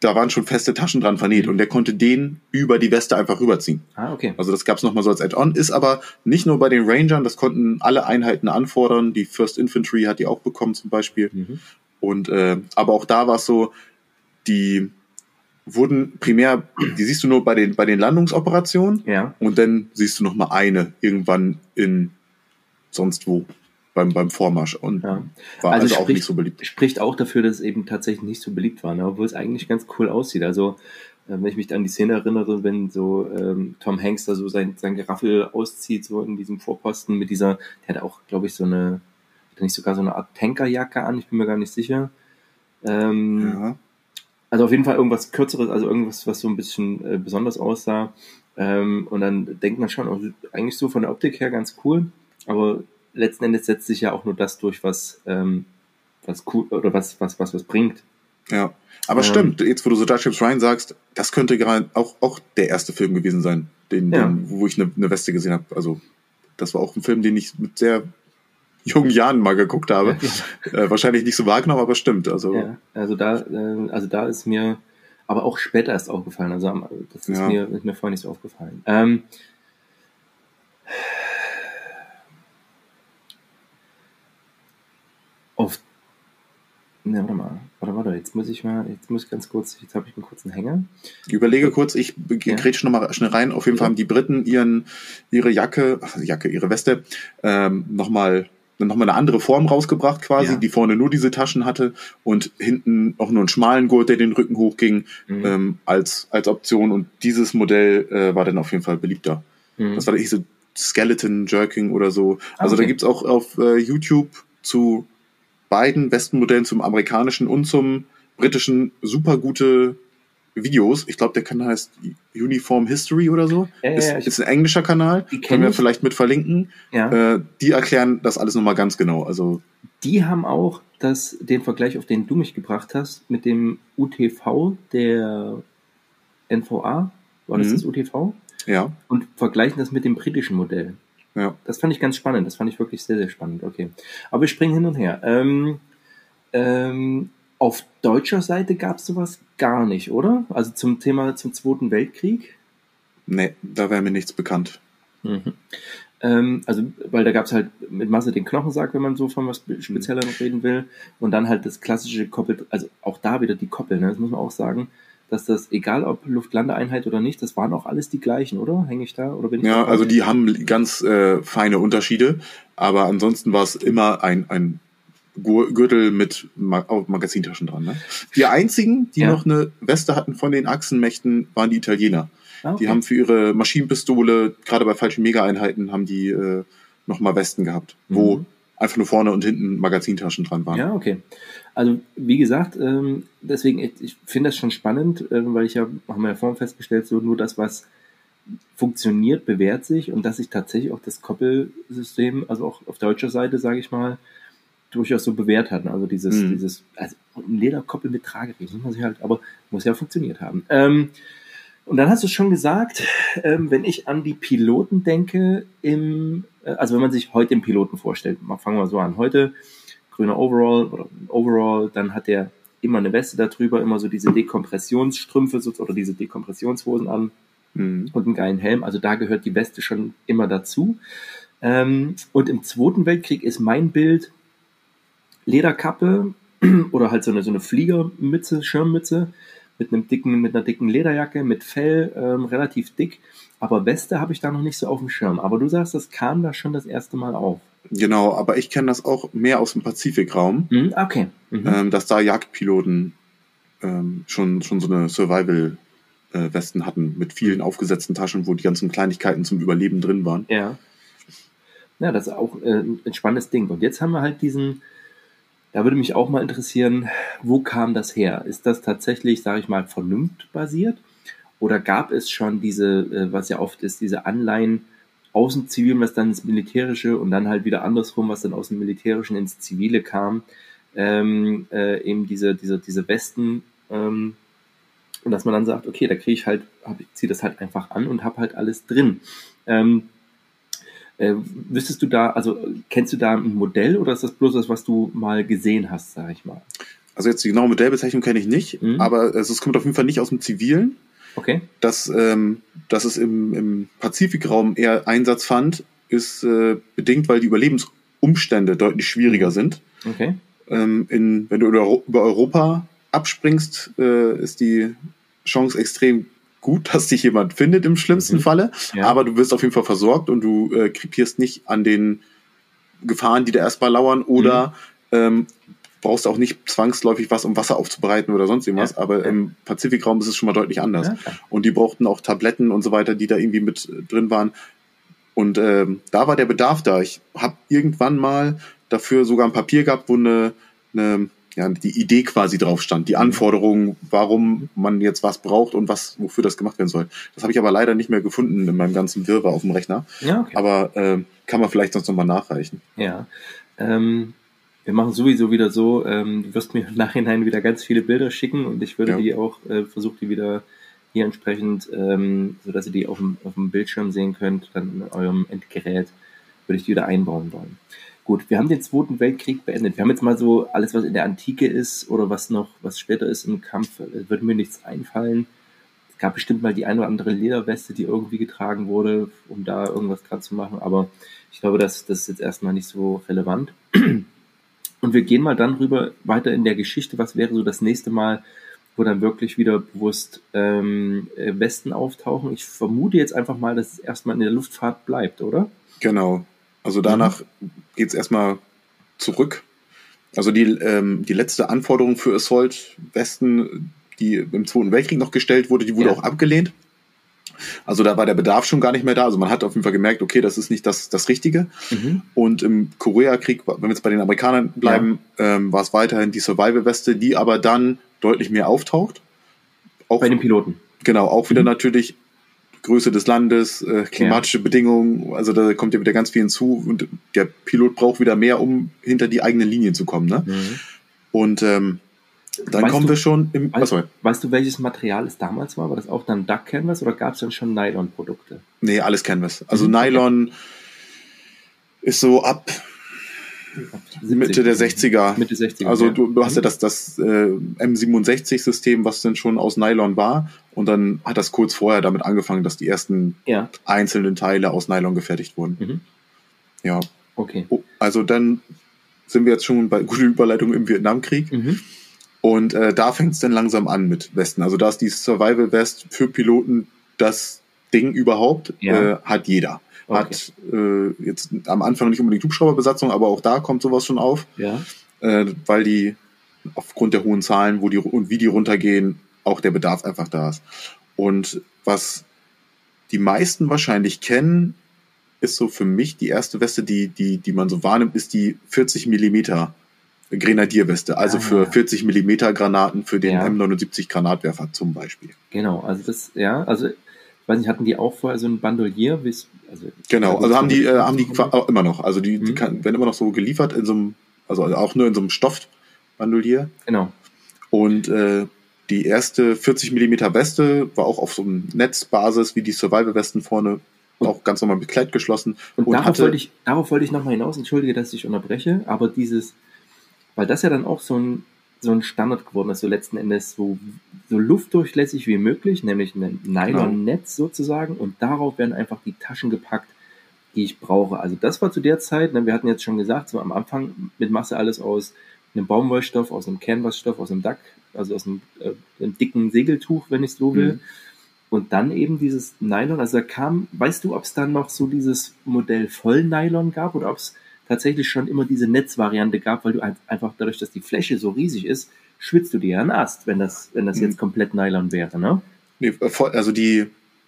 da waren schon feste Taschen dran vernäht und der konnte den über die Weste einfach rüberziehen. Ah, okay. Also das gab's nochmal so als Add-on, ist aber nicht nur bei den Rangern, das konnten alle Einheiten anfordern, die First Infantry hat die auch bekommen zum Beispiel. Und aber auch da war es so, die wurden primär, die siehst du nur bei den Landungsoperationen und dann siehst du nochmal eine irgendwann in sonst wo. Beim Vormarsch und war also auch nicht so beliebt. Spricht auch dafür, dass es eben tatsächlich nicht so beliebt war, ne? Obwohl es eigentlich ganz cool aussieht. Also wenn ich mich an die Szene erinnere, wenn so Tom Hanks da so sein Geraffel auszieht, so in diesem Vorposten mit dieser, der hat auch, glaube ich, nicht sogar so eine Art Tankerjacke an, ich bin mir gar nicht sicher. Also auf jeden Fall irgendwas Kürzeres, also irgendwas, was so ein bisschen besonders aussah. Und dann denkt man schon, also eigentlich so von der Optik her ganz cool, aber letzten Endes setzt sich ja auch nur das durch, was cool oder was bringt. Ja, aber stimmt, jetzt wo du so Dark Ships Ryan sagst, das könnte gerade auch der erste Film gewesen sein, wo ich eine Weste gesehen habe. Also das war auch ein Film, den ich mit sehr jungen Jahren mal geguckt habe. Wahrscheinlich nicht so wahrgenommen, aber stimmt. Also da ist mir aber auch später erst aufgefallen. Also das ist mir vorher nicht so aufgefallen. Warte, jetzt muss ich ganz kurz, jetzt habe ich einen kurzen Hänger. Ich überlege kurz, ich grätsche nochmal schnell rein. Auf jeden Fall haben die Briten ihre Weste, nochmal eine andere Form rausgebracht quasi, die vorne nur diese Taschen hatte und hinten auch nur einen schmalen Gurt, der den Rücken hochging, als Option. Und dieses Modell war dann auf jeden Fall beliebter. Das war so Skeleton Jerking oder so. Also da gibt's auch auf YouTube zu beiden Westenmodellen, zum amerikanischen und zum britischen, super gute Videos. Ich glaube, der Kanal heißt Uniform History oder so. Ist ein englischer Kanal. Können wir vielleicht mit verlinken. Die erklären das alles nochmal ganz genau. Also die haben auch den Vergleich, auf den du mich gebracht hast, mit dem UTV der NVA. War das UTV? Ja. Und vergleichen das mit dem britischen Modell. Ja. Das fand ich ganz spannend. Das fand ich wirklich sehr, sehr spannend. Okay. Aber wir springen hin und her. Auf deutscher Seite gab es sowas gar nicht, oder? Also zum Zweiten Weltkrieg? Nee, da wäre mir nichts bekannt. Also, weil da gab es halt mit Masse den Knochensack, wenn man so von was Speziellerem reden will. Und dann halt das klassische Koppel, also auch da wieder die Koppel, ne? Das muss man auch sagen, dass das, egal ob Luftlandeeinheit oder nicht, das waren auch alles die gleichen, oder? Hänge ich da? Oder bin ich ja, also die haben ganz feine Unterschiede, aber ansonsten war es immer ein Gürtel mit Magazintaschen dran. Ne? Die einzigen, die noch eine Weste hatten von den Achsenmächten, waren die Italiener. Okay. Die haben für ihre Maschinenpistole, gerade bei falschen Mega-Einheiten, haben die nochmal Westen gehabt, wo einfach nur vorne und hinten Magazintaschen dran waren. Ja, okay. Also wie gesagt, deswegen, ich finde das schon spannend, weil haben wir ja vorhin festgestellt, so nur das, was funktioniert, bewährt sich und dass sich tatsächlich auch das Koppelsystem, also auch auf deutscher Seite, sage ich mal, durchaus so bewährt hat. Also dieses also ein Lederkoppel mit Trageriemen, muss man sich halt, aber muss ja funktioniert haben. Und dann hast du schon gesagt, wenn ich an die Piloten denke, also wenn man sich heute den Piloten vorstellt, fangen wir so an, heute grüner Overall, dann hat der immer eine Weste darüber, immer so diese Dekompressionsstrümpfe oder diese Dekompressionshosen an und einen geilen Helm, also da gehört die Weste schon immer dazu. Und im Zweiten Weltkrieg ist mein Bild Lederkappe oder halt so eine Fliegermütze, Schirmmütze, mit einer dicken Lederjacke, mit Fell, relativ dick. Aber Weste habe ich da noch nicht so auf dem Schirm. Aber du sagst, das kam da schon das erste Mal auf. Genau, aber ich kenne das auch mehr aus dem Pazifikraum. Okay. Dass da Jagdpiloten schon so eine Survival-Westen hatten mit vielen aufgesetzten Taschen, wo die ganzen Kleinigkeiten zum Überleben drin waren. Ja. Ja, das ist auch ein spannendes Ding. Und jetzt haben wir halt da würde mich auch mal interessieren, wo kam das her? Ist das tatsächlich, sage ich mal, vernunftbasiert? Oder gab es schon diese, was ja oft ist, diese Anleihen aus dem Zivilen, was dann ins Militärische und dann halt wieder andersrum, was dann aus dem Militärischen ins Zivile kam, eben diese Westen, und dass man dann sagt, okay, da kriege ich halt, ziehe das halt einfach an und habe halt alles drin. Kennst du da ein Modell oder ist das bloß das, was du mal gesehen hast, sag ich mal? Also jetzt die genaue Modellbezeichnung kenne ich nicht, aber es kommt auf jeden Fall nicht aus dem Zivilen. Okay. Dass es im Pazifikraum eher Einsatz fand, ist bedingt, weil die Überlebensumstände deutlich schwieriger sind. Okay. Wenn du über Europa abspringst, ist die Chance extrem gut, dass dich jemand findet im schlimmsten Falle, aber du wirst auf jeden Fall versorgt und du krepierst nicht an den Gefahren, die da erstmal lauern oder brauchst auch nicht zwangsläufig was, um Wasser aufzubereiten oder sonst irgendwas, aber im Pazifikraum ist es schon mal deutlich anders. Ja, und die brauchten auch Tabletten und so weiter, die da irgendwie mit drin waren. Und da war der Bedarf da. Ich habe irgendwann mal dafür sogar ein Papier gehabt, wo die Idee quasi drauf stand, die Anforderungen, warum man jetzt was braucht und wofür das gemacht werden soll. Das habe ich aber leider nicht mehr gefunden in meinem ganzen Wirrwarr auf dem Rechner. Ja, okay. Aber kann man vielleicht sonst nochmal nachreichen. Ja, wir machen sowieso wieder so, du wirst mir im Nachhinein wieder ganz viele Bilder schicken und ich würde die auch, versuche die wieder hier entsprechend, sodass ihr die auf dem Bildschirm sehen könnt, dann in eurem Endgerät, würde ich die wieder einbauen wollen. Gut, wir haben den Zweiten Weltkrieg beendet. Wir haben jetzt mal so alles, was in der Antike ist oder was später ist im Kampf, würde mir nichts einfallen. Es gab bestimmt mal die eine oder andere Lederweste, die irgendwie getragen wurde, um da irgendwas dran zu machen, aber ich glaube, das ist jetzt erstmal nicht so relevant. Und wir gehen mal dann rüber weiter in der Geschichte. Was wäre so das nächste Mal, wo dann wirklich wieder bewusst Westen auftauchen? Ich vermute jetzt einfach mal, dass es erstmal in der Luftfahrt bleibt, oder? Genau. Also danach geht's erstmal zurück. Also die letzte Anforderung für Assault-Westen, die im Zweiten Weltkrieg noch gestellt wurde, die wurde auch abgelehnt. Also da war der Bedarf schon gar nicht mehr da. Also man hat auf jeden Fall gemerkt, okay, das ist nicht das Richtige. Und im Koreakrieg, wenn wir jetzt bei den Amerikanern bleiben, war es weiterhin die Survival-Weste, die aber dann deutlich mehr auftaucht. Auch bei den Piloten. Genau, auch wieder natürlich Größe des Landes, klimatische Bedingungen. Also da kommt ja wieder ganz viel hinzu und der Pilot braucht wieder mehr, um hinter die eigenen Linien zu kommen. Ne? Und dann kommen wir schon im... Weißt du, welches Material es damals war? War das auch dann Duck Canvas oder gab es dann schon Nylon-Produkte? Nee, alles Canvas. Also Nylon ist so ab Mitte der 60er. Mitte 60er. Also du hast ja das M67-System, was dann schon aus Nylon war. Und dann hat das kurz vorher damit angefangen, dass die ersten einzelnen Teile aus Nylon gefertigt wurden. Ja. Okay. Also dann sind wir jetzt schon bei guter Überleitung im Vietnamkrieg. Und da fängt es dann langsam an mit Westen. Also da ist die Survival West für Piloten das Ding überhaupt, hat jeder. Okay. Hat jetzt am Anfang nicht unbedingt Hubschrauberbesatzung, aber auch da kommt sowas schon auf. Weil die aufgrund der hohen Zahlen, wie die runtergehen, auch der Bedarf einfach da ist. Und was die meisten wahrscheinlich kennen, ist so für mich die erste Weste, die man so wahrnimmt, ist die 40 Millimeter Grenadierweste, also für 40 Millimeter Granaten für den M79 Granatwerfer zum Beispiel. Genau, also ich weiß nicht, hatten die auch vorher so ein Bandolier? Genau, also haben die immer noch, also die werden immer noch so geliefert in so einem, also auch nur in so einem Stoffbandolier. Genau. Und die erste 40 Millimeter Weste war auch auf so einem Netzbasis wie die Survival-Westen vorne, auch ganz normal mit Kleid geschlossen. Und darauf wollte ich nochmal hinaus, entschuldige, dass ich unterbreche, aber weil das ja dann auch so ein Standard geworden ist, so letzten Endes so luftdurchlässig wie möglich, nämlich ein Nylon-Netz sozusagen, und darauf werden einfach die Taschen gepackt, die ich brauche. Also das war zu der Zeit, wir hatten jetzt schon gesagt, so am Anfang mit Masse alles aus einem Baumwollstoff, aus einem Canvasstoff, aus einem Duck, also aus einem dicken Segeltuch, wenn ich so will. Und dann eben dieses Nylon, also weißt du, ob es dann noch so dieses Modell Vollnylon gab oder ob es tatsächlich schon immer diese Netzvariante gab, weil du einfach dadurch, dass die Fläche so riesig ist, schwitzt du dir ja einen Ast, wenn das jetzt komplett Nylon wäre, ne? Nee, also die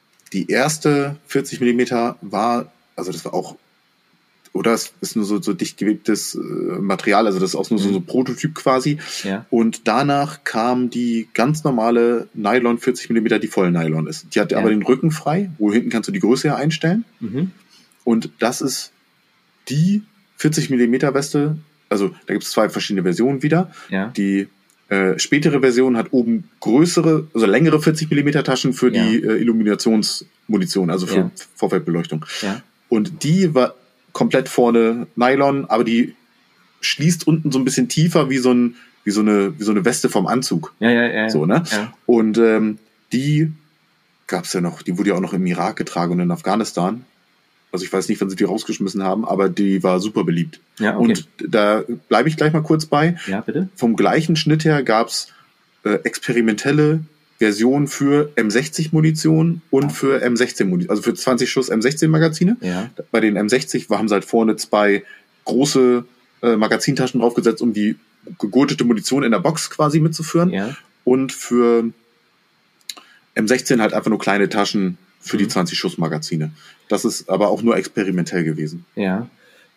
erste 40 Millimeter war, also das war auch, oder es ist nur so dicht gewebtes Material, also das ist auch nur so ein Prototyp quasi. Ja. Und danach kam die ganz normale Nylon 40 Millimeter, die voll Nylon ist. Die hat aber den Rücken frei, wo hinten kannst du die Größe ja einstellen. Und das ist die 40 Millimeter Weste, also da gibt es 2 verschiedene Versionen wieder. Ja. Die spätere Version hat oben größere, also längere 40 Millimeter Taschen für die Illuminationsmunition, also für Vorfeldbeleuchtung. Ja. Und die war komplett vorne Nylon, aber die schließt unten so ein bisschen tiefer wie so ein wie so eine Weste vom Anzug. Ja. So, ne? Ja. Und die gab's ja noch, die wurde ja auch noch im Irak getragen und in Afghanistan. Also ich weiß nicht, wann sie die rausgeschmissen haben, aber die war super beliebt. Ja, okay. Und da bleibe ich gleich mal kurz bei. Ja, bitte. Vom gleichen Schnitt her gab's experimentelle Versionen für M60-Munition und für M16-Munition, also für 20 Schuss M16-Magazine. Ja. Bei den M60 haben sie halt vorne 2 große Magazintaschen draufgesetzt, um die gegurtete Munition in der Box quasi mitzuführen. Ja. Und für M16 halt einfach nur kleine Taschen für die 20 Schuss Magazine. Das ist aber auch nur experimentell gewesen. Ja.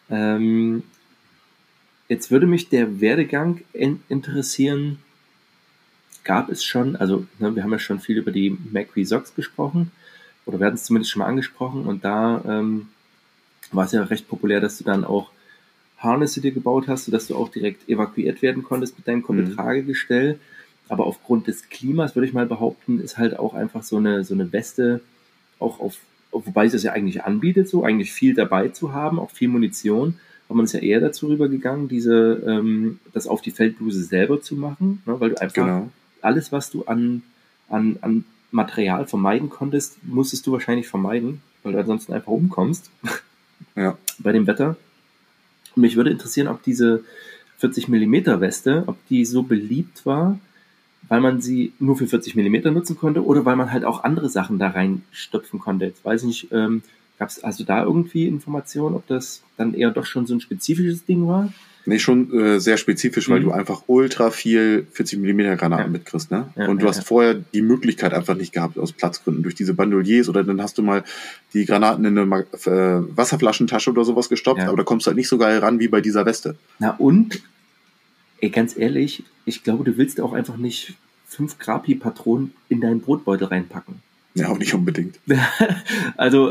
Jetzt würde mich der Werdegang interessieren. Gab es schon, also ne, wir haben ja schon viel über die Macri Socks gesprochen, oder wir hatten es zumindest schon mal angesprochen, und da war es ja recht populär, dass du dann auch Harnesse dir gebaut hast, sodass du auch direkt evakuiert werden konntest mit deinem Kombi-Tragegestell. Aber aufgrund des Klimas, würde ich mal behaupten, ist halt auch einfach so eine Weste, auch wobei es das ja eigentlich anbietet, so eigentlich viel dabei zu haben, auch viel Munition, aber man ist ja eher dazu rübergegangen, das auf die Feldbluse selber zu machen, ne, weil du einfach alles, was du an Material vermeiden konntest, musstest du wahrscheinlich vermeiden, weil du ansonsten einfach umkommst bei dem Wetter. Und mich würde interessieren, ob diese 40 mm Weste, ob die so beliebt war, weil man sie nur für 40 mm nutzen konnte oder weil man halt auch andere Sachen da reinstopfen konnte. Jetzt weiß ich nicht, hast du da irgendwie Informationen, ob das dann eher doch schon so ein spezifisches Ding war? Nee, schon sehr spezifisch, weil du einfach ultra viel 40 mm Granaten mitkriegst, ne? Und du hast vorher die Möglichkeit einfach nicht gehabt, aus Platzgründen, durch diese Bandoliers, oder dann hast du mal die Granaten in eine Wasserflaschentasche oder sowas gestopft, aber da kommst du halt nicht so geil ran wie bei dieser Weste. Na und, ganz ehrlich, ich glaube, du willst auch einfach nicht 5 Grapi-Patronen in deinen Brotbeutel reinpacken. Ja, auch nicht unbedingt. Also,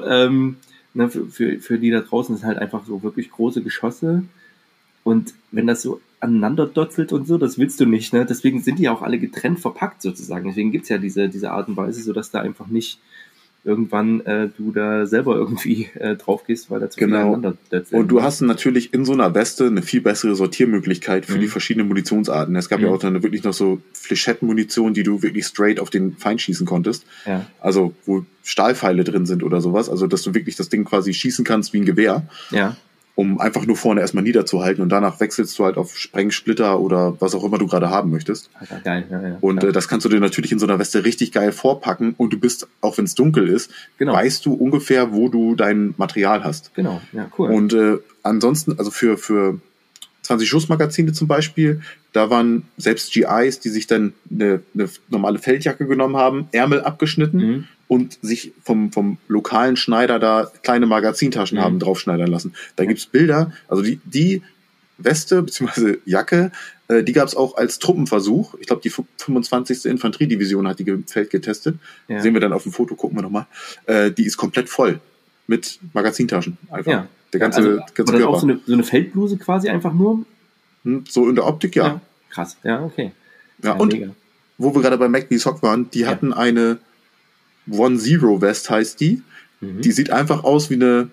für die da draußen ist halt einfach so wirklich große Geschosse. Und wenn das so aneinander dotzelt und so, das willst du nicht, ne? Deswegen sind die ja auch alle getrennt verpackt sozusagen. Deswegen gibt's ja diese Art und Weise, sodass da einfach nicht irgendwann du da selber irgendwie drauf gehst, weil da zu viel aneinander dotzelt. Und du hast natürlich in so einer Weste eine viel bessere Sortiermöglichkeit für die verschiedenen Munitionsarten. Es gab ja auch dann wirklich noch so Flechetten-Munition, die du wirklich straight auf den Feind schießen konntest. Ja. Also wo Stahlpfeile drin sind oder sowas. Also dass du wirklich das Ding quasi schießen kannst wie ein Gewehr. Ja. Um einfach nur vorne erstmal niederzuhalten, und danach wechselst du halt auf Sprengsplitter oder was auch immer du gerade haben möchtest. Alter, geil. Ja, und das kannst du dir natürlich in so einer Weste richtig geil vorpacken, und du bist, auch wenn es dunkel ist, weißt du ungefähr, wo du dein Material hast. Genau, ja, cool. Und ansonsten, also für 20 Schuss Magazine zum Beispiel, da waren selbst GIs, die sich dann eine normale Feldjacke genommen haben, Ärmel abgeschnitten und sich vom lokalen Schneider da kleine Magazintaschen haben draufschneidern lassen. Da gibt's Bilder, also die Weste bzw. Jacke, die gab's auch als Truppenversuch. Ich glaube, die 25. Infanteriedivision hat die im Feld getestet. Ja. Sehen wir dann auf dem Foto, gucken wir nochmal. Die ist komplett voll mit Magazintaschen. Einfach. Ja. Der ganze Körper. Auch so eine Feldbluse quasi einfach nur? So in der Optik, ja. Krass, ja, okay. Ja, und mega. Wo wir gerade bei Macri Sock waren, die hatten eine One-Zero West, heißt die. Die sieht einfach aus wie eine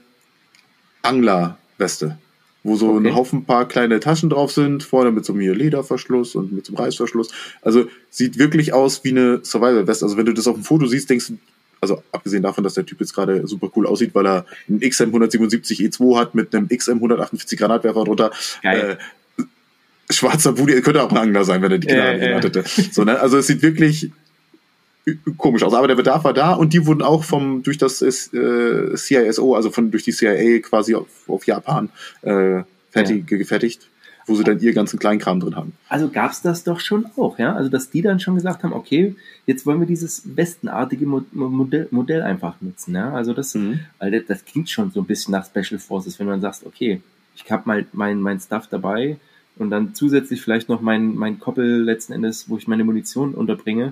Angler-Weste, wo so ein Haufen paar kleine Taschen drauf sind, vorne mit so einem Lederverschluss und mit so einem Reißverschluss. Also sieht wirklich aus wie eine Survival-West. Also wenn du das auf dem Foto siehst, denkst du, also abgesehen davon, dass der Typ jetzt gerade super cool aussieht, weil er einen XM177 E2 hat mit einem XM148 Granatwerfer drunter. Geil. Schwarzer Budi, könnte auch ein Angler sein, wenn er die Knarre hätte. So, ne? Also es sieht wirklich komisch aus, aber der Bedarf war da, und die wurden auch durch das CISO, also durch die CIA quasi auf Japan gefertigt, wo sie dann ihr ganzen Kleinkram drin haben. Also gab's das doch schon auch, ja? Also dass die dann schon gesagt haben, okay, jetzt wollen wir dieses westenartige Modell einfach nutzen, ja? Also das klingt schon so ein bisschen nach Special Forces, wenn man sagt, okay, ich habe mal mein Stuff dabei und dann zusätzlich vielleicht noch mein Koppel letzten Endes, wo ich meine Munition unterbringe.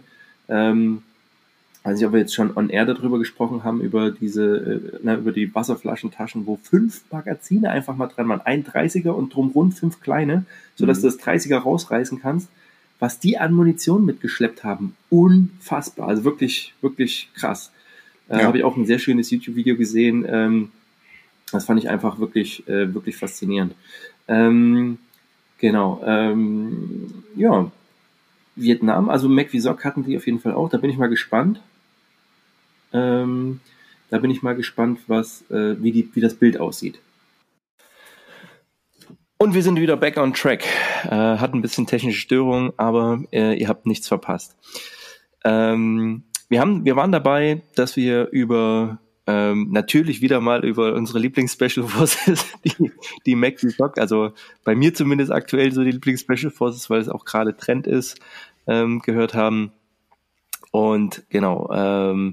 Weiß nicht, ob wir jetzt schon on air darüber gesprochen haben, über über die Wasserflaschentaschen, wo 5 Magazine einfach mal dran waren. Ein 30er und drumherum 5 kleine, sodass du das 30er rausreißen kannst. Was die an Munition mitgeschleppt haben, unfassbar. Also wirklich, wirklich krass. Habe ich auch ein sehr schönes YouTube-Video gesehen. Das fand ich einfach wirklich, wirklich faszinierend. Genau. Ja, Vietnam, also McVisoc hatten die auf jeden Fall auch. Da bin ich mal gespannt. Da bin ich mal gespannt, wie das Bild aussieht. Und wir sind wieder back on track. Hat ein bisschen technische Störungen, aber ihr habt nichts verpasst. Wir waren dabei, dass wir natürlich wieder mal über unsere Lieblings-Special Forces, die McVisoc, also bei mir zumindest aktuell so die Lieblings-Special Forces, weil es auch gerade Trend ist, gehört haben. Und genau,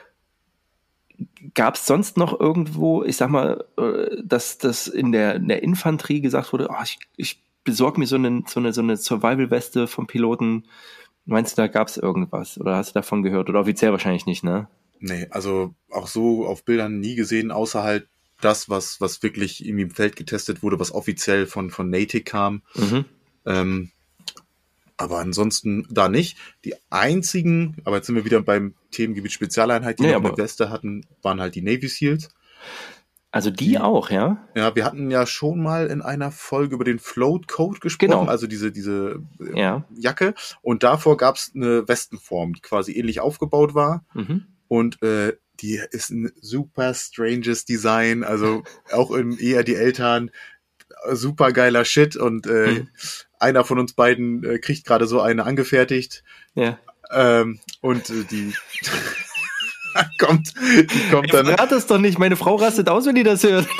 gab es sonst noch irgendwo, ich sag mal, dass in der Infanterie gesagt wurde, ich besorge mir so eine Survival-Weste vom Piloten. Meinst du, da gab es irgendwas? Oder hast du davon gehört? Oder offiziell wahrscheinlich nicht, ne? Nee, also auch so auf Bildern nie gesehen, außer halt das, was wirklich irgendwie im Feld getestet wurde, was offiziell von Natick kam. Aber ansonsten da nicht. Die einzigen, aber jetzt sind wir wieder beim Themengebiet Spezialeinheit, die noch eine Weste hatten, waren halt die Navy Seals. Also die auch, ja? Ja, wir hatten ja schon mal in einer Folge über den Float Code gesprochen, genau. Also diese Jacke. Und davor gab es eine Westenform, die quasi ähnlich aufgebaut war. Und die ist ein super stranges Design, also auch eher die Eltern, super geiler Shit und einer von uns beiden kriegt gerade so eine angefertigt. Ja. Und die kommt dann. Verrat das doch nicht, meine Frau rastet aus, wenn die das hört.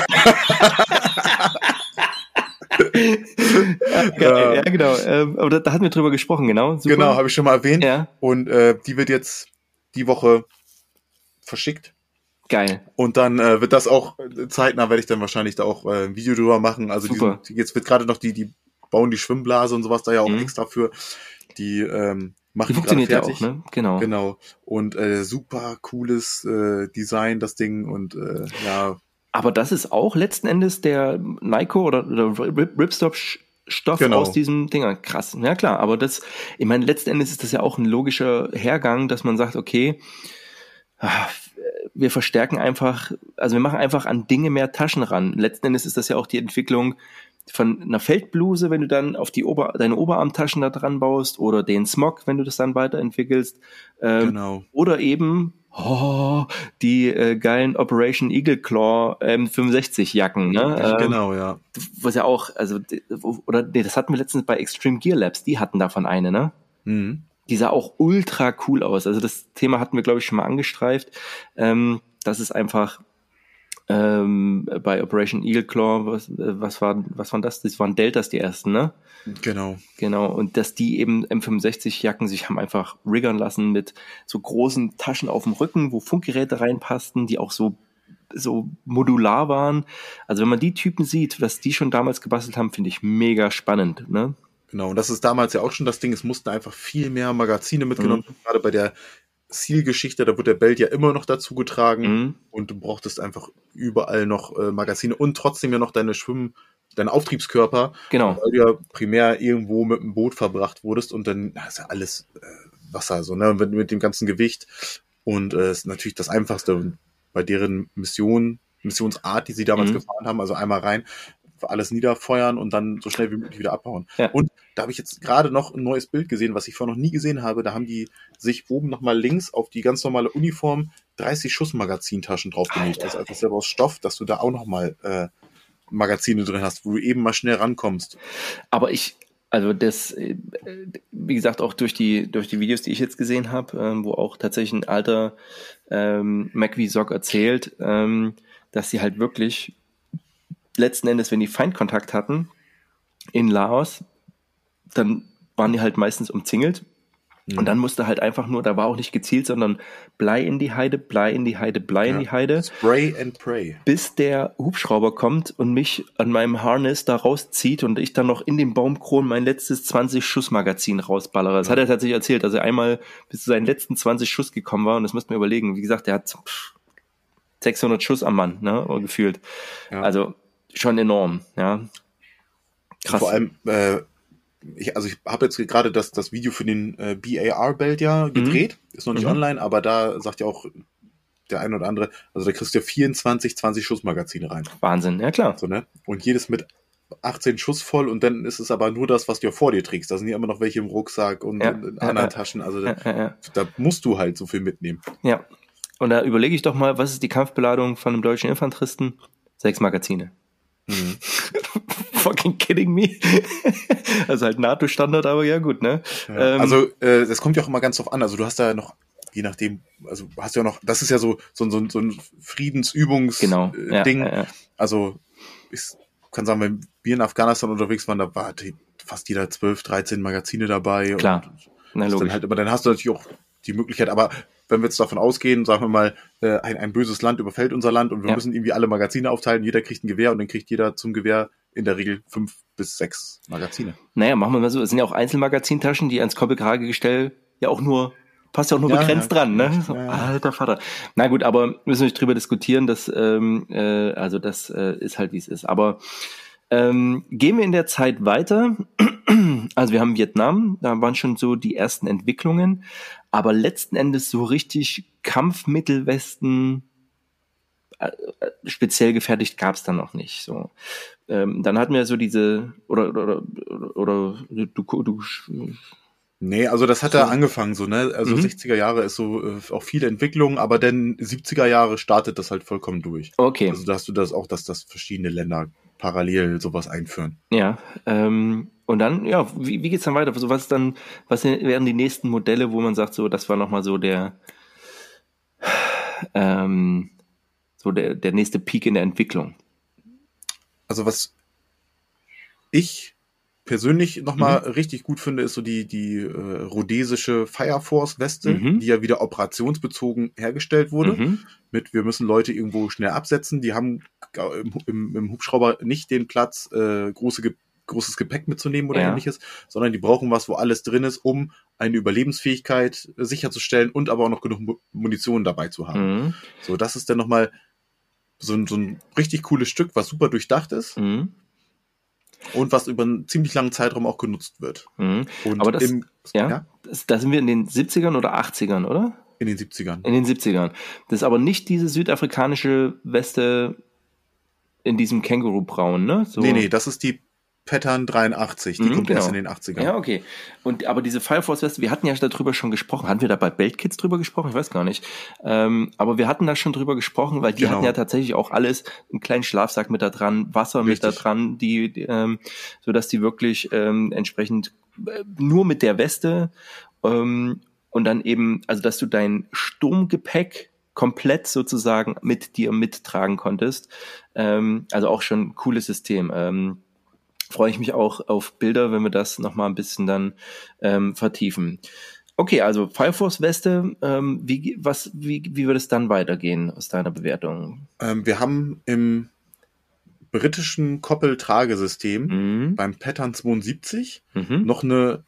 Ja, genau. Aber da hatten wir drüber gesprochen, genau. Super. Genau, habe ich schon mal erwähnt. Ja. Und die wird jetzt die Woche verschickt. Geil. Und dann wird das auch zeitnah, werde ich dann wahrscheinlich da auch ein Video drüber machen. Also jetzt wird gerade noch die bauen die Schwimmblase und sowas da ja auch extra für. Die machen die funktioniert ja auch, ne? Genau. Und super cooles Design, das Ding und ja. Aber das ist auch letzten Endes der Nyko oder Ripstop-Stoff aus diesem Ding. Krass, ja klar. Aber ich meine, letzten Endes ist das ja auch ein logischer Hergang, dass man sagt, okay, wir verstärken einfach, also wir machen einfach an Dinge mehr Taschen ran. Letzten Endes ist das ja auch die Entwicklung von einer Feldbluse, wenn du dann auf deine Oberarmtaschen da dran baust, oder den Smog, wenn du das dann weiterentwickelst. Genau. Oder eben die geilen Operation Eagle Claw M65 Jacken, ne? Genau, ja. Was ja auch, also, das hatten wir letztens bei Extreme Gear Labs, die hatten davon eine, ne? Die sah auch ultra cool aus. Also das Thema hatten wir, glaube ich, schon mal angestreift. Das ist einfach bei Operation Eagle Claw, was waren das? Das waren Deltas, die ersten, ne? Genau. Und dass die eben M65-Jacken sich haben einfach riggern lassen mit so großen Taschen auf dem Rücken, wo Funkgeräte reinpassten, die auch so modular waren. Also wenn man die Typen sieht, was die schon damals gebastelt haben, finde ich mega spannend, ne? Genau, und das ist damals ja auch schon das Ding, es mussten einfach viel mehr Magazine mitgenommen, gerade bei der Seal-Geschichte, da wird der Belt ja immer noch dazu getragen und du brauchtest einfach überall noch Magazine und trotzdem ja noch deinen Auftriebskörper, genau. Weil du ja primär irgendwo mit dem Boot verbracht wurdest und dann ist ja alles Wasser, so, ne, mit dem ganzen Gewicht und ist natürlich das Einfachste bei deren Missionsart, die sie damals gefahren haben, also einmal rein, alles niederfeuern und dann so schnell wie möglich wieder abhauen. Ja. Und da habe ich jetzt gerade noch ein neues Bild gesehen, was ich vorher noch nie gesehen habe. Da haben die sich oben nochmal links auf die ganz normale Uniform 30 Schuss-Magazintaschen draufgelegt. Das ist einfach selber aus Stoff, dass du da auch nochmal Magazine drin hast, wo du eben mal schnell rankommst. Aber wie gesagt, auch durch die Videos, die ich jetzt gesehen habe, wo auch tatsächlich ein alter McVisoc erzählt, dass sie halt wirklich letzten Endes, wenn die Feindkontakt hatten in Laos, dann waren die halt meistens umzingelt. Und dann musste halt einfach nur, da war auch nicht gezielt, sondern Blei in die Heide, Blei in die Heide, Blei in die Heide. Spray and pray. Bis der Hubschrauber kommt und mich an meinem Harness da rauszieht und ich dann noch in den Baumkronen mein letztes 20-Schuss-Magazin rausballere. Das hat er tatsächlich erzählt, dass er einmal bis zu seinen letzten 20 Schuss gekommen war und das müsst man überlegen. Wie gesagt, der hat 600 Schuss am Mann, ne, gefühlt. Ja. Also schon enorm, ja. Krass. Vor allem, ich habe jetzt gerade das Video für den BAR-Belt ja gedreht, ist noch nicht online, aber da sagt ja auch der eine oder andere, also da kriegst du ja 24 20-Schuss-Magazine rein. Wahnsinn, ja klar. So, ne? Und jedes mit 18 Schuss voll und dann ist es aber nur das, was du vor dir trägst. Da sind ja immer noch welche im Rucksack und in anderen Taschen. Also da musst du halt so viel mitnehmen. Ja. Und da überlege ich doch mal, was ist die Kampfbeladung von einem deutschen Infanteristen? 6 Magazine. Mhm. Fucking kidding me. Also halt NATO-Standard, aber ja gut, ne? Ja, also das kommt ja auch immer ganz drauf an. Also du hast da noch, je nachdem, also hast du ja noch, das ist ja so ein Friedensübungs-Ding. Genau. Also ich kann sagen, wenn wir in Afghanistan unterwegs waren, da war fast jeder 12, 13 Magazine dabei. Klar. Und dann halt, aber dann hast du natürlich auch die Möglichkeit, aber wenn wir jetzt davon ausgehen, sagen wir mal, ein böses Land überfällt unser Land und wir müssen irgendwie alle Magazine aufteilen, jeder kriegt ein Gewehr und dann kriegt jeder zum Gewehr in der Regel 5 bis 6 Magazine. Naja, machen wir mal so, es sind ja auch Einzelmagazintaschen, die ans Koppelkragegestell ja auch nur, passt ja auch nur begrenzt dran, ne? So, alter Vater. Na gut, aber müssen wir nicht drüber diskutieren, das ist halt, wie es ist. Aber gehen wir in der Zeit weiter. Also wir haben Vietnam, da waren schon so die ersten Entwicklungen, aber letzten Endes so richtig Kampfmittelwesten speziell gefertigt gab es dann noch nicht. So, dann hatten wir so diese oder du Nee, also das hat ja angefangen so, ne? Also 60er Jahre ist so auch viel Entwicklung, aber dann 70er Jahre startet das halt vollkommen durch. Okay. Also da hast du das auch, dass das verschiedene Länder parallel sowas einführen. Ja, und dann, ja, wie geht's dann weiter? So, was wären die nächsten Modelle, wo man sagt, so, das war nochmal so der nächste Peak in der Entwicklung? Also was ich persönlich nochmal richtig gut finde, ist so die rhodesische Fire Force Weste, die ja wieder operationsbezogen hergestellt wurde. Wir müssen Leute irgendwo schnell absetzen. Die haben im Hubschrauber nicht den Platz, großes Gepäck mitzunehmen oder ähnliches, sondern die brauchen was, wo alles drin ist, um eine Überlebensfähigkeit sicherzustellen und aber auch noch genug Munition dabei zu haben. So, das ist dann nochmal so ein richtig cooles Stück, was super durchdacht ist. Und was über einen ziemlich langen Zeitraum auch genutzt wird. Und aber da sind wir in den 70ern oder 80ern, oder? In den 70ern. In den 70ern. Das ist aber nicht diese südafrikanische Weste in diesem Känguru-Braun, ne? So. Nee, das ist die Pattern 83, die kommt erst in den 80ern. Ja, okay. Aber diese Fire Force Weste, wir hatten ja darüber schon gesprochen. Hatten wir da bei Beltkids drüber gesprochen? Ich weiß gar nicht. Aber wir hatten da schon drüber gesprochen, weil die hatten ja tatsächlich auch alles, einen kleinen Schlafsack mit da dran, Wasser mit da dran, so dass die wirklich entsprechend nur mit der Weste und dann eben, also dass du dein Sturmgepäck komplett sozusagen mit dir mittragen konntest. Also auch schon ein cooles System. Freue ich mich auch auf Bilder, wenn wir das nochmal ein bisschen dann vertiefen. Okay, also Fire Force Weste, wie wird es dann weitergehen aus deiner Bewertung? Wir haben im britischen Koppeltragesystem beim Pattern 72 noch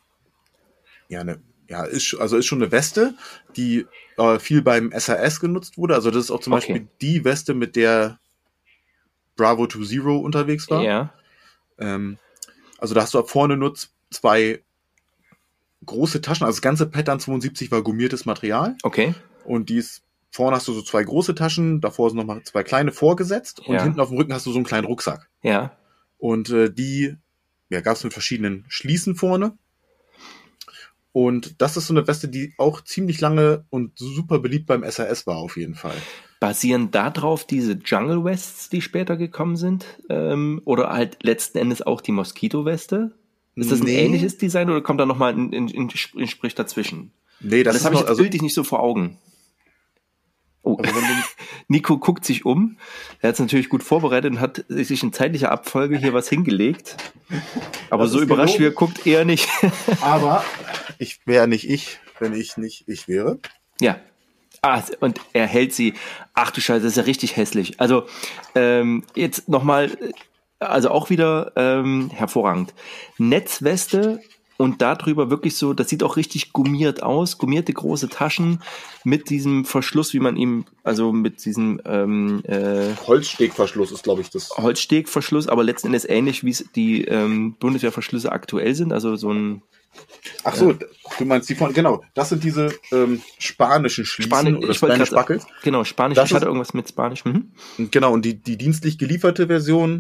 ist schon eine Weste, die viel beim SAS genutzt wurde. Also das ist auch zum Beispiel die Weste, mit der Bravo 20 unterwegs war. Ja. Also da hast du ab vorne nur 2 große Taschen, also das ganze Pattern 72 war gummiertes Material. Okay. Und vorne hast du so 2 große Taschen, davor sind nochmal 2 kleine vorgesetzt und hinten auf dem Rücken hast du so einen kleinen Rucksack. Ja. Und die gab es mit verschiedenen Schließen vorne. Und das ist so eine Weste, die auch ziemlich lange und super beliebt beim SAS war auf jeden Fall. Basieren darauf diese Jungle Wests, die später gekommen sind? Oder halt letzten Endes auch die Moskito-Weste? Ist das ein ähnliches Design oder kommt da nochmal ein Sprich dazwischen? Nee, das habe ich jetzt bildlich nicht so vor Augen. Oh, also Nico guckt sich um. Er hat es natürlich gut vorbereitet und hat sich in zeitlicher Abfolge hier was hingelegt. Aber so überrascht wie er guckt, eher nicht. Aber ich wäre nicht ich, wenn ich nicht ich wäre. Ja. Und er hält sie. Ach du Scheiße, das ist ja richtig hässlich. Also jetzt nochmal, also auch wieder hervorragend. Netzweste und darüber wirklich so, das sieht auch richtig gummiert aus, gummierte große Taschen mit diesem Verschluss, wie man ihm, also mit diesem Holzstegverschluss ist, glaube ich, das. Holzstegverschluss, aber letzten Endes ähnlich, wie es die Bundeswehrverschlüsse aktuell sind, also so ein Ach so, du meinst die von, genau, das sind diese spanischen Schließen oder Spanish Buckles. Genau, Spanisch, ich hatte irgendwas mit Spanisch. Genau, und die dienstlich gelieferte Version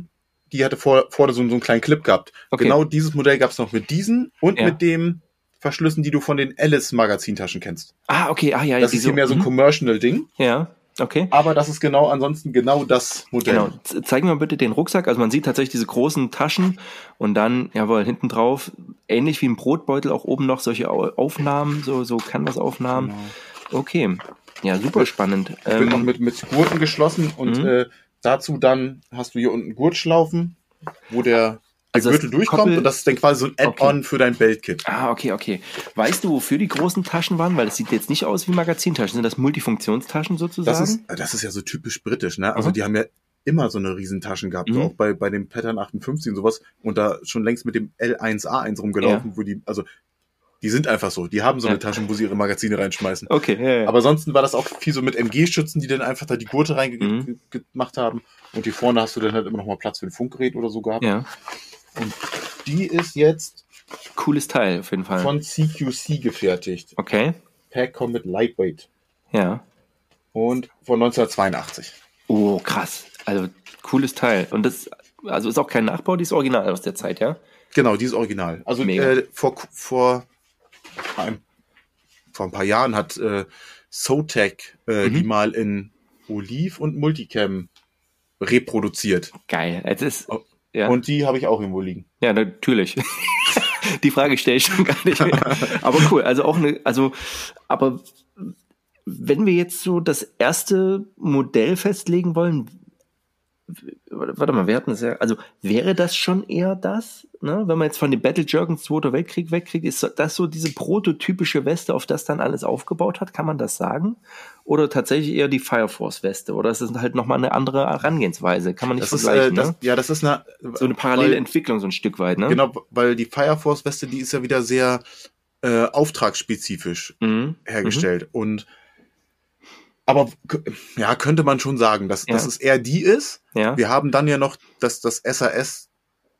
die hatte vorne so einen kleinen Clip gehabt. Okay. Genau dieses Modell gab es noch mit diesen und Ja. mit dem Verschlüssen, die du von den Alice-Magazintaschen kennst. Ah, okay, ja. Das ist hier mehr so ein Commercial-Ding. Ja, okay. Aber das ist ansonsten genau das Modell. Genau. Zeig mir mal bitte den Rucksack. Also man sieht tatsächlich diese großen Taschen und dann, jawohl, hinten drauf, ähnlich wie im Brotbeutel, auch oben noch solche Aufnahmen, so Canvas-Aufnahmen. Genau. Okay. Ja, super spannend. Wird noch mit Gurten geschlossen und dazu dann hast du hier unten Gurtschlaufen, wo der Gürtel durchkommt und das ist dann quasi so ein Add-on für dein Beltkit. Ah, okay. Weißt du, wofür die großen Taschen waren? Weil das sieht jetzt nicht aus wie Magazintaschen. Sind das Multifunktionstaschen sozusagen? Das ist ja so typisch britisch, ne? Also die haben ja immer so eine Riesentaschen gehabt, so auch bei dem Pattern 58 und sowas und da schon längst mit dem L1A1 rumgelaufen, wo die sind einfach so. Die haben so eine Taschen, wo sie ihre Magazine reinschmeißen. Okay, ja. Aber ansonsten war das auch viel so mit MG-Schützen, die dann einfach da die Gurte reingemacht haben. Und hier vorne hast du dann halt immer noch mal Platz für ein Funkgerät oder so gehabt. Ja. Und die ist jetzt cooles Teil auf jeden Fall. Von CQC gefertigt. Okay. Pack Combat Lightweight. Ja. Und von 1982. Oh, krass. Also cooles Teil. Und das ist auch kein Nachbau, die ist original aus der Zeit, ja? Genau, die ist original. Also vor ein paar Jahren hat Zotac die mal in Oliv und Multicam reproduziert. Geil. Ja. Und die habe ich auch irgendwo liegen. Ja, natürlich. Die Frage stelle ich schon gar nicht mehr. Aber cool, aber wenn wir jetzt so das erste Modell festlegen wollen, warte mal, wir hatten es ja, also wäre das schon eher das, ne? Wenn man jetzt von den Battle Jerkins Zweiter Weltkrieg wegkriegt, ist das so diese prototypische Weste, auf das dann alles aufgebaut hat, kann man das sagen? Oder tatsächlich eher die Fire Force Weste? Oder ist das halt nochmal eine andere Herangehensweise? Kann man nicht vergleichen, ne? Das ist so eine parallele Entwicklung, so ein Stück weit, ne? Genau, weil die Fire Force Weste, die ist ja wieder sehr auftragsspezifisch hergestellt und aber ja, könnte man schon sagen, dass es eher die ist. Ja. Wir haben dann ja noch, dass das SAS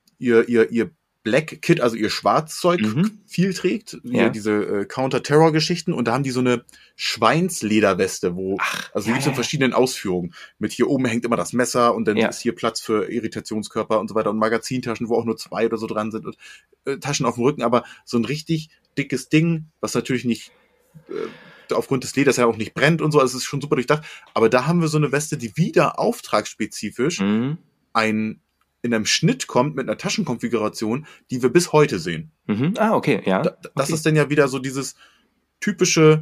ihr Black Kit, also ihr Schwarzzeug viel trägt, diese Counter-Terror-Geschichten und da haben die so eine Schweinslederweste, die gibt's in verschiedenen Ausführungen. Mit hier oben hängt immer das Messer und dann ist hier Platz für Irritationskörper und so weiter und Magazintaschen, wo auch nur 2 oder so dran sind und Taschen auf dem Rücken, aber so ein richtig dickes Ding, was natürlich nicht aufgrund des Leders ja auch nicht brennt und so, also es ist schon super durchdacht. Aber da haben wir so eine Weste, die wieder auftragsspezifisch in einem Schnitt kommt mit einer Taschenkonfiguration, die wir bis heute sehen. Ah, okay, ja. Das ist dann ja wieder so dieses typische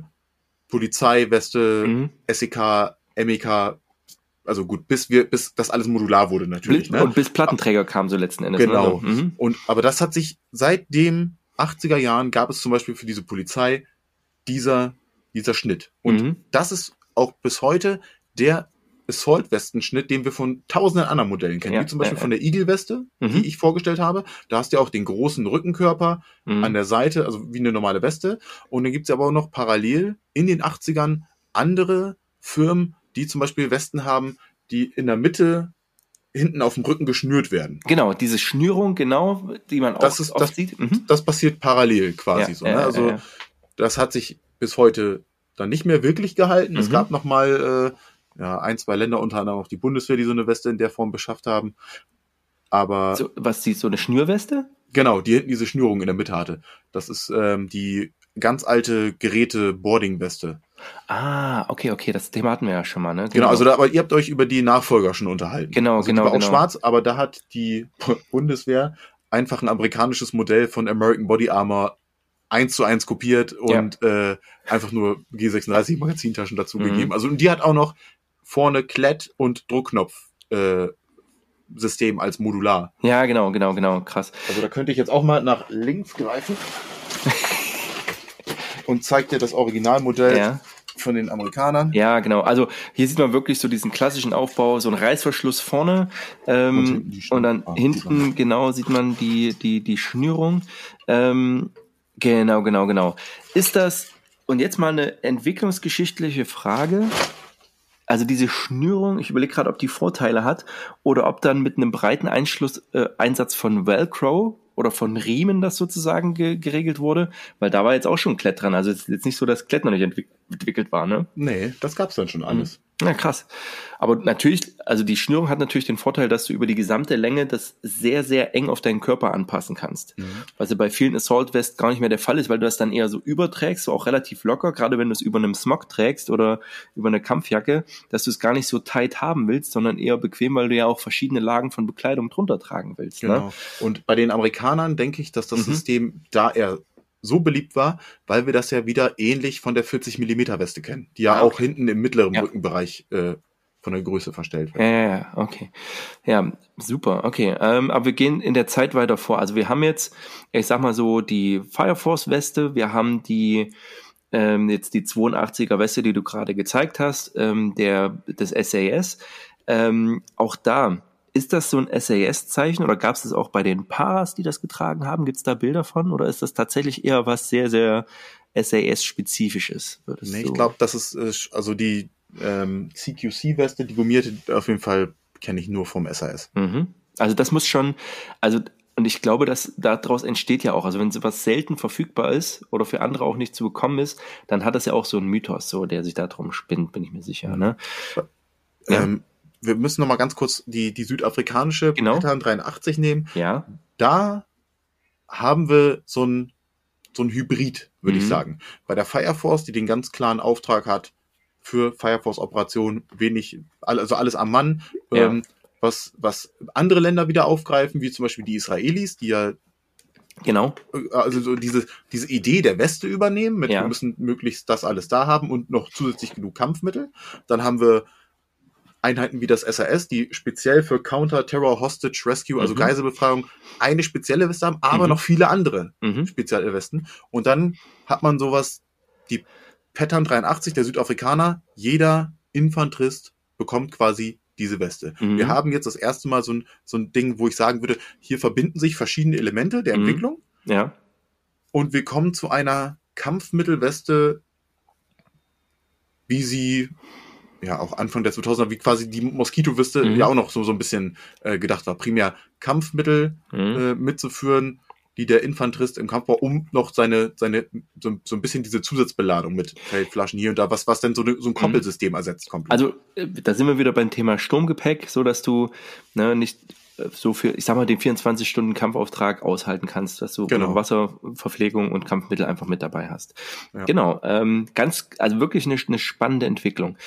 Polizeiweste, SEK, MEK, also gut, bis das alles modular wurde natürlich. Und bis Plattenträger kam so letzten Endes. Genau. Ne? Aber das hat sich seit den 80er Jahren gab es zum Beispiel für diese Polizei dieser Schnitt. Und das ist auch bis heute der Assault-Westen-Schnitt, den wir von tausenden anderen Modellen kennen. Wie zum Beispiel von der Eagle-Weste, die ich vorgestellt habe. Da hast du ja auch den großen Rückenkörper an der Seite, also wie eine normale Weste. Und dann gibt's aber auch noch parallel in den 80ern andere Firmen, die zum Beispiel Westen haben, die in der Mitte hinten auf dem Rücken geschnürt werden. Genau, diese Schnürung, die man oft sieht. Das passiert parallel quasi das hat sich bis heute dann nicht mehr wirklich gehalten. Es gab noch mal 1, 2 Länder, unter anderem auch die Bundeswehr, die so eine Weste in der Form beschafft haben. Aber so eine Schnürweste? Genau, die hinten diese Schnürung in der Mitte hatte. Das ist die ganz alte Geräte-Boarding-Weste. Ah, okay, das Thema hatten wir ja schon mal, ne? Genau, also aber ihr habt euch über die Nachfolger schon unterhalten. Genau, Die war auch schwarz, aber da hat die Bundeswehr einfach ein amerikanisches Modell von American Body Armor 1:1 kopiert und einfach nur G36 Magazintaschen dazu gegeben. Also und die hat auch noch vorne Klett- und Druckknopf System als modular. Ja, genau, krass. Also da könnte ich jetzt auch mal nach links greifen und zeig dir das Originalmodell von den Amerikanern. Ja, genau. Also hier sieht man wirklich so diesen klassischen Aufbau, so ein Reißverschluss vorne und dann hinten sieht man die Schnürung. Genau. Ist das, und jetzt mal eine entwicklungsgeschichtliche Frage, also diese Schnürung, ich überlege gerade, ob die Vorteile hat oder ob dann mit einem breiten Einsatz von Velcro oder von Riemen das sozusagen geregelt wurde, weil da war jetzt auch schon Klett dran, also es ist jetzt nicht so, dass Klett noch nicht entwickelt war, ne? Nee, das gab's dann schon alles. Ja, krass. Aber natürlich, also die Schnürung hat natürlich den Vorteil, dass du über die gesamte Länge das sehr, sehr eng auf deinen Körper anpassen kannst. Was ja bei vielen Assault Vests gar nicht mehr der Fall ist, weil du das dann eher so überträgst, so auch relativ locker, gerade wenn du es über einem Smog trägst oder über eine Kampfjacke, dass du es gar nicht so tight haben willst, sondern eher bequem, weil du ja auch verschiedene Lagen von Bekleidung drunter tragen willst. Genau. Ne? Und bei den Amerikanern denke ich, dass das System da eher so beliebt war, weil wir das ja wieder ähnlich von der 40 Millimeter Weste kennen, die ja auch hinten im mittleren Rückenbereich von der Größe verstellt wird. Ja, okay. Ja, super, okay. Aber wir gehen in der Zeit weiter vor. Also wir haben jetzt, ich sag mal so, die Fire Force Weste, wir haben die jetzt die 82er Weste, die du gerade gezeigt hast, des SAS. Auch da, ist das so ein SAS-Zeichen oder gab es das auch bei den Paras, die das getragen haben? Gibt es da Bilder von oder ist das tatsächlich eher was sehr, sehr SAS-spezifisches? Nee, ich glaube, das ist also die CQC-Weste, die gummierte, auf jeden Fall kenne ich nur vom SAS. Also das muss schon, also und ich glaube, dass daraus entsteht ja auch, also wenn sowas selten verfügbar ist oder für andere auch nicht zu bekommen ist, dann hat das ja auch so einen Mythos, so der sich darum spinnt, bin ich mir sicher. Ne? Wir müssen noch mal ganz kurz die südafrikanische Pattern 83 nehmen. Ja. Da haben wir so ein Hybrid, würde ich sagen. Bei der Fire Force, die den ganz klaren Auftrag hat, für Fire Force Operationen also alles am Mann, was andere Länder wieder aufgreifen, wie zum Beispiel die Israelis, die ja also so diese Idee der Weste übernehmen, wir müssen möglichst das alles da haben und noch zusätzlich genug Kampfmittel. Dann haben wir Einheiten wie das SAS, die speziell für Counter-Terror, Hostage, Rescue, also Geiselbefreiung, eine spezielle Weste haben, aber noch viele andere spezielle Westen. Und dann hat man sowas, die Pattern 83 der Südafrikaner, jeder Infanterist bekommt quasi diese Weste. Wir haben jetzt das erste Mal so ein Ding, wo ich sagen würde, hier verbinden sich verschiedene Elemente der Entwicklung. Ja. Und wir kommen zu einer Kampfmittelweste, wie sie auch Anfang der 2000er, wie quasi die Moskito-Weste ja auch noch so ein bisschen gedacht war. Primär Kampfmittel mitzuführen, die der Infanterist im Kampf braucht, um noch so ein bisschen diese Zusatzbeladung mit Feldflaschen hier und da, was denn so ein Koppelsystem ersetzt komplett. Also da sind wir wieder beim Thema Sturmgepäck, so dass du nicht so für, ich sag mal, den 24-Stunden-Kampfauftrag aushalten kannst, dass du Wasser, Verpflegung und Kampfmittel einfach mit dabei hast. Ja. Genau, also wirklich eine spannende Entwicklung.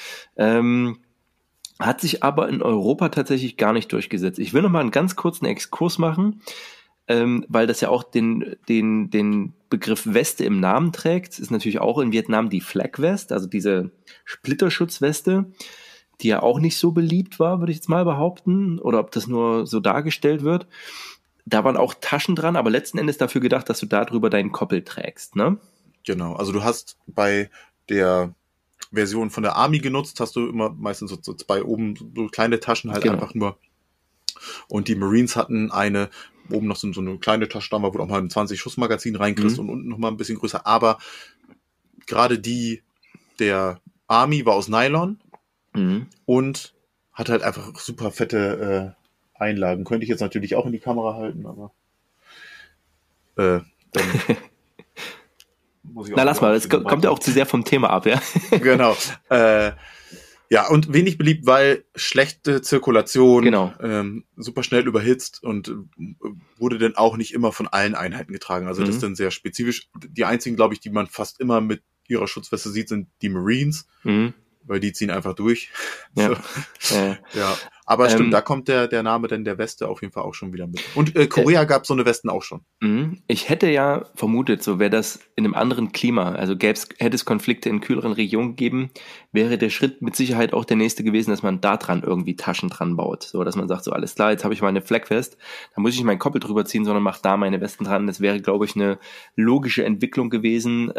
Hat sich aber in Europa tatsächlich gar nicht durchgesetzt. Ich will noch mal einen ganz kurzen Exkurs machen, weil das ja auch den Begriff Weste im Namen trägt. Es ist natürlich auch in Vietnam die Flak Vest, also diese Splitterschutzweste, die ja auch nicht so beliebt war, würde ich jetzt mal behaupten, oder ob das nur so dargestellt wird. Da waren auch Taschen dran, aber letzten Endes dafür gedacht, dass du darüber deinen Koppel trägst, ne? Genau, also du hast bei der Version von der Army genutzt, hast du immer meistens so zwei oben so kleine Taschen halt einfach nur. Und die Marines hatten oben noch so eine kleine Tasche dran, wo du auch mal ein 20-Schuss-Magazin reinkriegst und unten noch mal ein bisschen größer. Aber gerade die der Army war aus Nylon und hat halt einfach super fette Einlagen. Könnte ich jetzt natürlich auch in die Kamera halten, aber dann muss ich auch. Na, lass mal, das kommt ja auch zu sehr vom Thema ab, ja. Genau. Ja, und wenig beliebt, weil schlechte Zirkulation, super schnell überhitzt und wurde dann auch nicht immer von allen Einheiten getragen. Also das ist dann sehr spezifisch. Die einzigen, glaube ich, die man fast immer mit ihrer Schutzweste sieht, sind die Marines, weil die ziehen einfach durch. Ja. Ja. Aber stimmt, da kommt der Name denn der Weste auf jeden Fall auch schon wieder mit. Und Korea gab so eine Westen auch schon. Ich hätte ja vermutet, so wäre das in einem anderen Klima, also hätte es Konflikte in kühleren Regionen gegeben, wäre der Schritt mit Sicherheit auch der nächste gewesen, dass man da dran irgendwie Taschen dran baut. So, dass man sagt, so alles klar, jetzt habe ich meine Flak-Vest, da muss ich nicht meinen Koppel drüber ziehen, sondern mache da meine Westen dran. Das wäre, glaube ich, eine logische Entwicklung gewesen,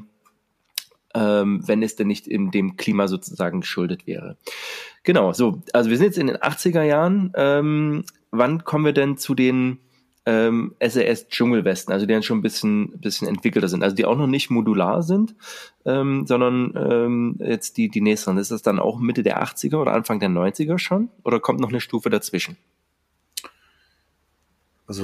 wenn es denn nicht in dem Klima sozusagen geschuldet wäre. Genau, so, also wir sind jetzt in den 80er Jahren. Wann kommen wir denn zu den SAS-Dschungelwesten, also die dann schon ein bisschen entwickelter sind, also die auch noch nicht modular sind, sondern jetzt die nächsten. Ist das dann auch Mitte der 80er oder Anfang der 90er schon? Oder kommt noch eine Stufe dazwischen? Also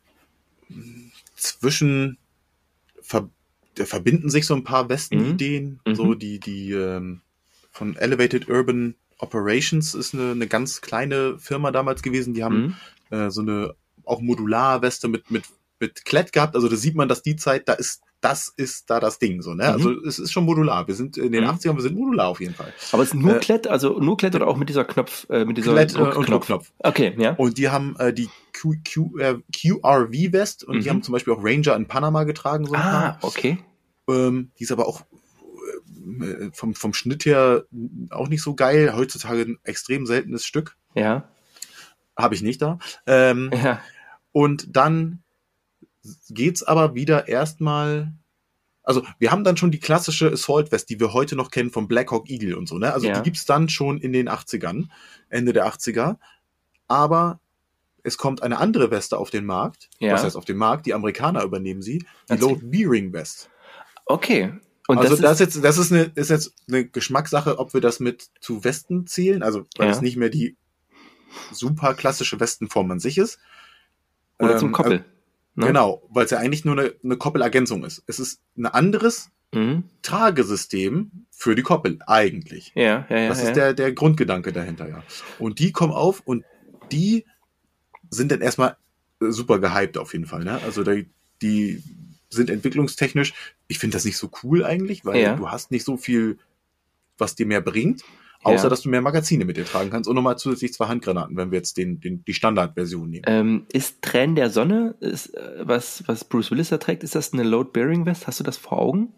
dazwischen verbinden sich so ein paar Westenideen, so die von Elevated Urban Operations, ist eine ganz kleine Firma damals gewesen. Die haben so eine auch Modularweste mit Klett gehabt. Also da sieht man, dass die Zeit, das ist das Ding so, ne? Also es ist schon modular. Wir sind in den 80ern, wir sind modular auf jeden Fall. Aber es ist nur Klett, also nur Klett oder auch mit dieser Knopf, mit dieser Klett und Druckknopf. Okay, ja. Und die haben die QRV-West und die haben zum Beispiel auch Ranger in Panama getragen. So ein paar. Okay. Die ist aber auch vom Schnitt her auch nicht so geil. Heutzutage ein extrem seltenes Stück. Ja. Habe ich nicht da. Ja. Und dann geht's aber wieder erstmal, also wir haben dann schon die klassische Assault West, die wir heute noch kennen vom Black Hawk Eagle und so, ne? Also die gibt's dann schon in den 80ern, Ende der 80er. Aber es kommt eine andere Weste auf den Markt. Ja. Was heißt auf den Markt? Die Amerikaner übernehmen sie. Die Load Bearing West. Okay. Und also das ist jetzt eine Geschmackssache, ob wir das mit zu Westen zählen, also weil es nicht mehr die super klassische Westenform an sich ist. Oder zum Koppel. Ne? Genau, weil es ja eigentlich nur eine Koppelergänzung ist. Es ist ein anderes Tragesystem für die Koppel eigentlich. Ja. Das ist der Grundgedanke dahinter, ja. Und die kommen auf und die sind dann erstmal super gehypt auf jeden Fall, ne? Also die sind entwicklungstechnisch, ich finde das nicht so cool eigentlich, weil du hast nicht so viel, was dir mehr bringt, außer dass du mehr Magazine mit dir tragen kannst und nochmal zusätzlich 2 Handgranaten, wenn wir jetzt die Standardversion nehmen. Ist Tränen der Sonne, was Bruce Willis da trägt, ist das eine Load-Bearing-West? Hast du das vor Augen?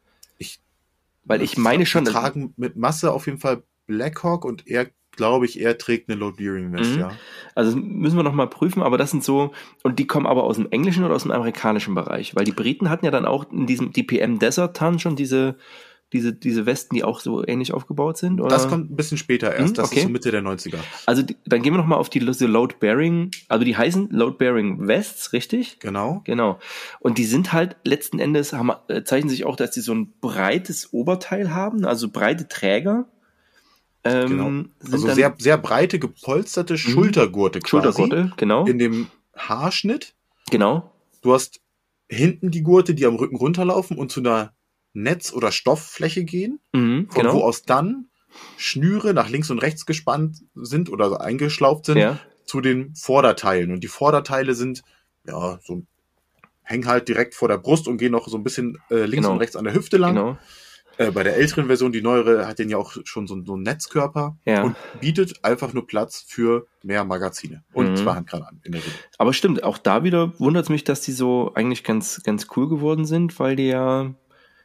Weil ich meine schon... tragen mit Masse auf jeden Fall Blackhawk und er trägt eine Load-Bearing-West, ja. Also müssen wir noch mal prüfen, aber das sind so, und die kommen aber aus dem englischen oder aus dem amerikanischen Bereich, weil die Briten hatten ja dann auch in diesem DPM Desert Ton schon diese Westen, die auch so ähnlich aufgebaut sind? Oder? Das kommt ein bisschen später erst, das ist so Mitte der 90er. Also dann gehen wir noch mal auf diese Load-Bearing, also die heißen Load-Bearing Wests, richtig? Genau. Und die sind halt letzten Endes, zeichnen sich auch, dass die so ein breites Oberteil haben, also breite Träger. Genau. Also sehr, sehr breite, gepolsterte Schultergurte quasi. Schultergurte, genau. In dem Haarschnitt. Genau. Du hast hinten die Gurte, die am Rücken runterlaufen und zu einer Netz- oder Stofffläche gehen, von wo aus dann Schnüre nach links und rechts gespannt sind oder eingeschlauft sind zu den Vorderteilen. Und die Vorderteile sind, hängen halt direkt vor der Brust und gehen noch so ein bisschen links und rechts an der Hüfte lang. Genau. Bei der älteren Version, die neuere, hat den ja auch schon so einen Netzkörper und bietet einfach nur Platz für mehr Magazine und 2 Handgranaten in der Regel. Aber stimmt, auch da wieder wundert es mich, dass die so eigentlich ganz, ganz cool geworden sind, weil die an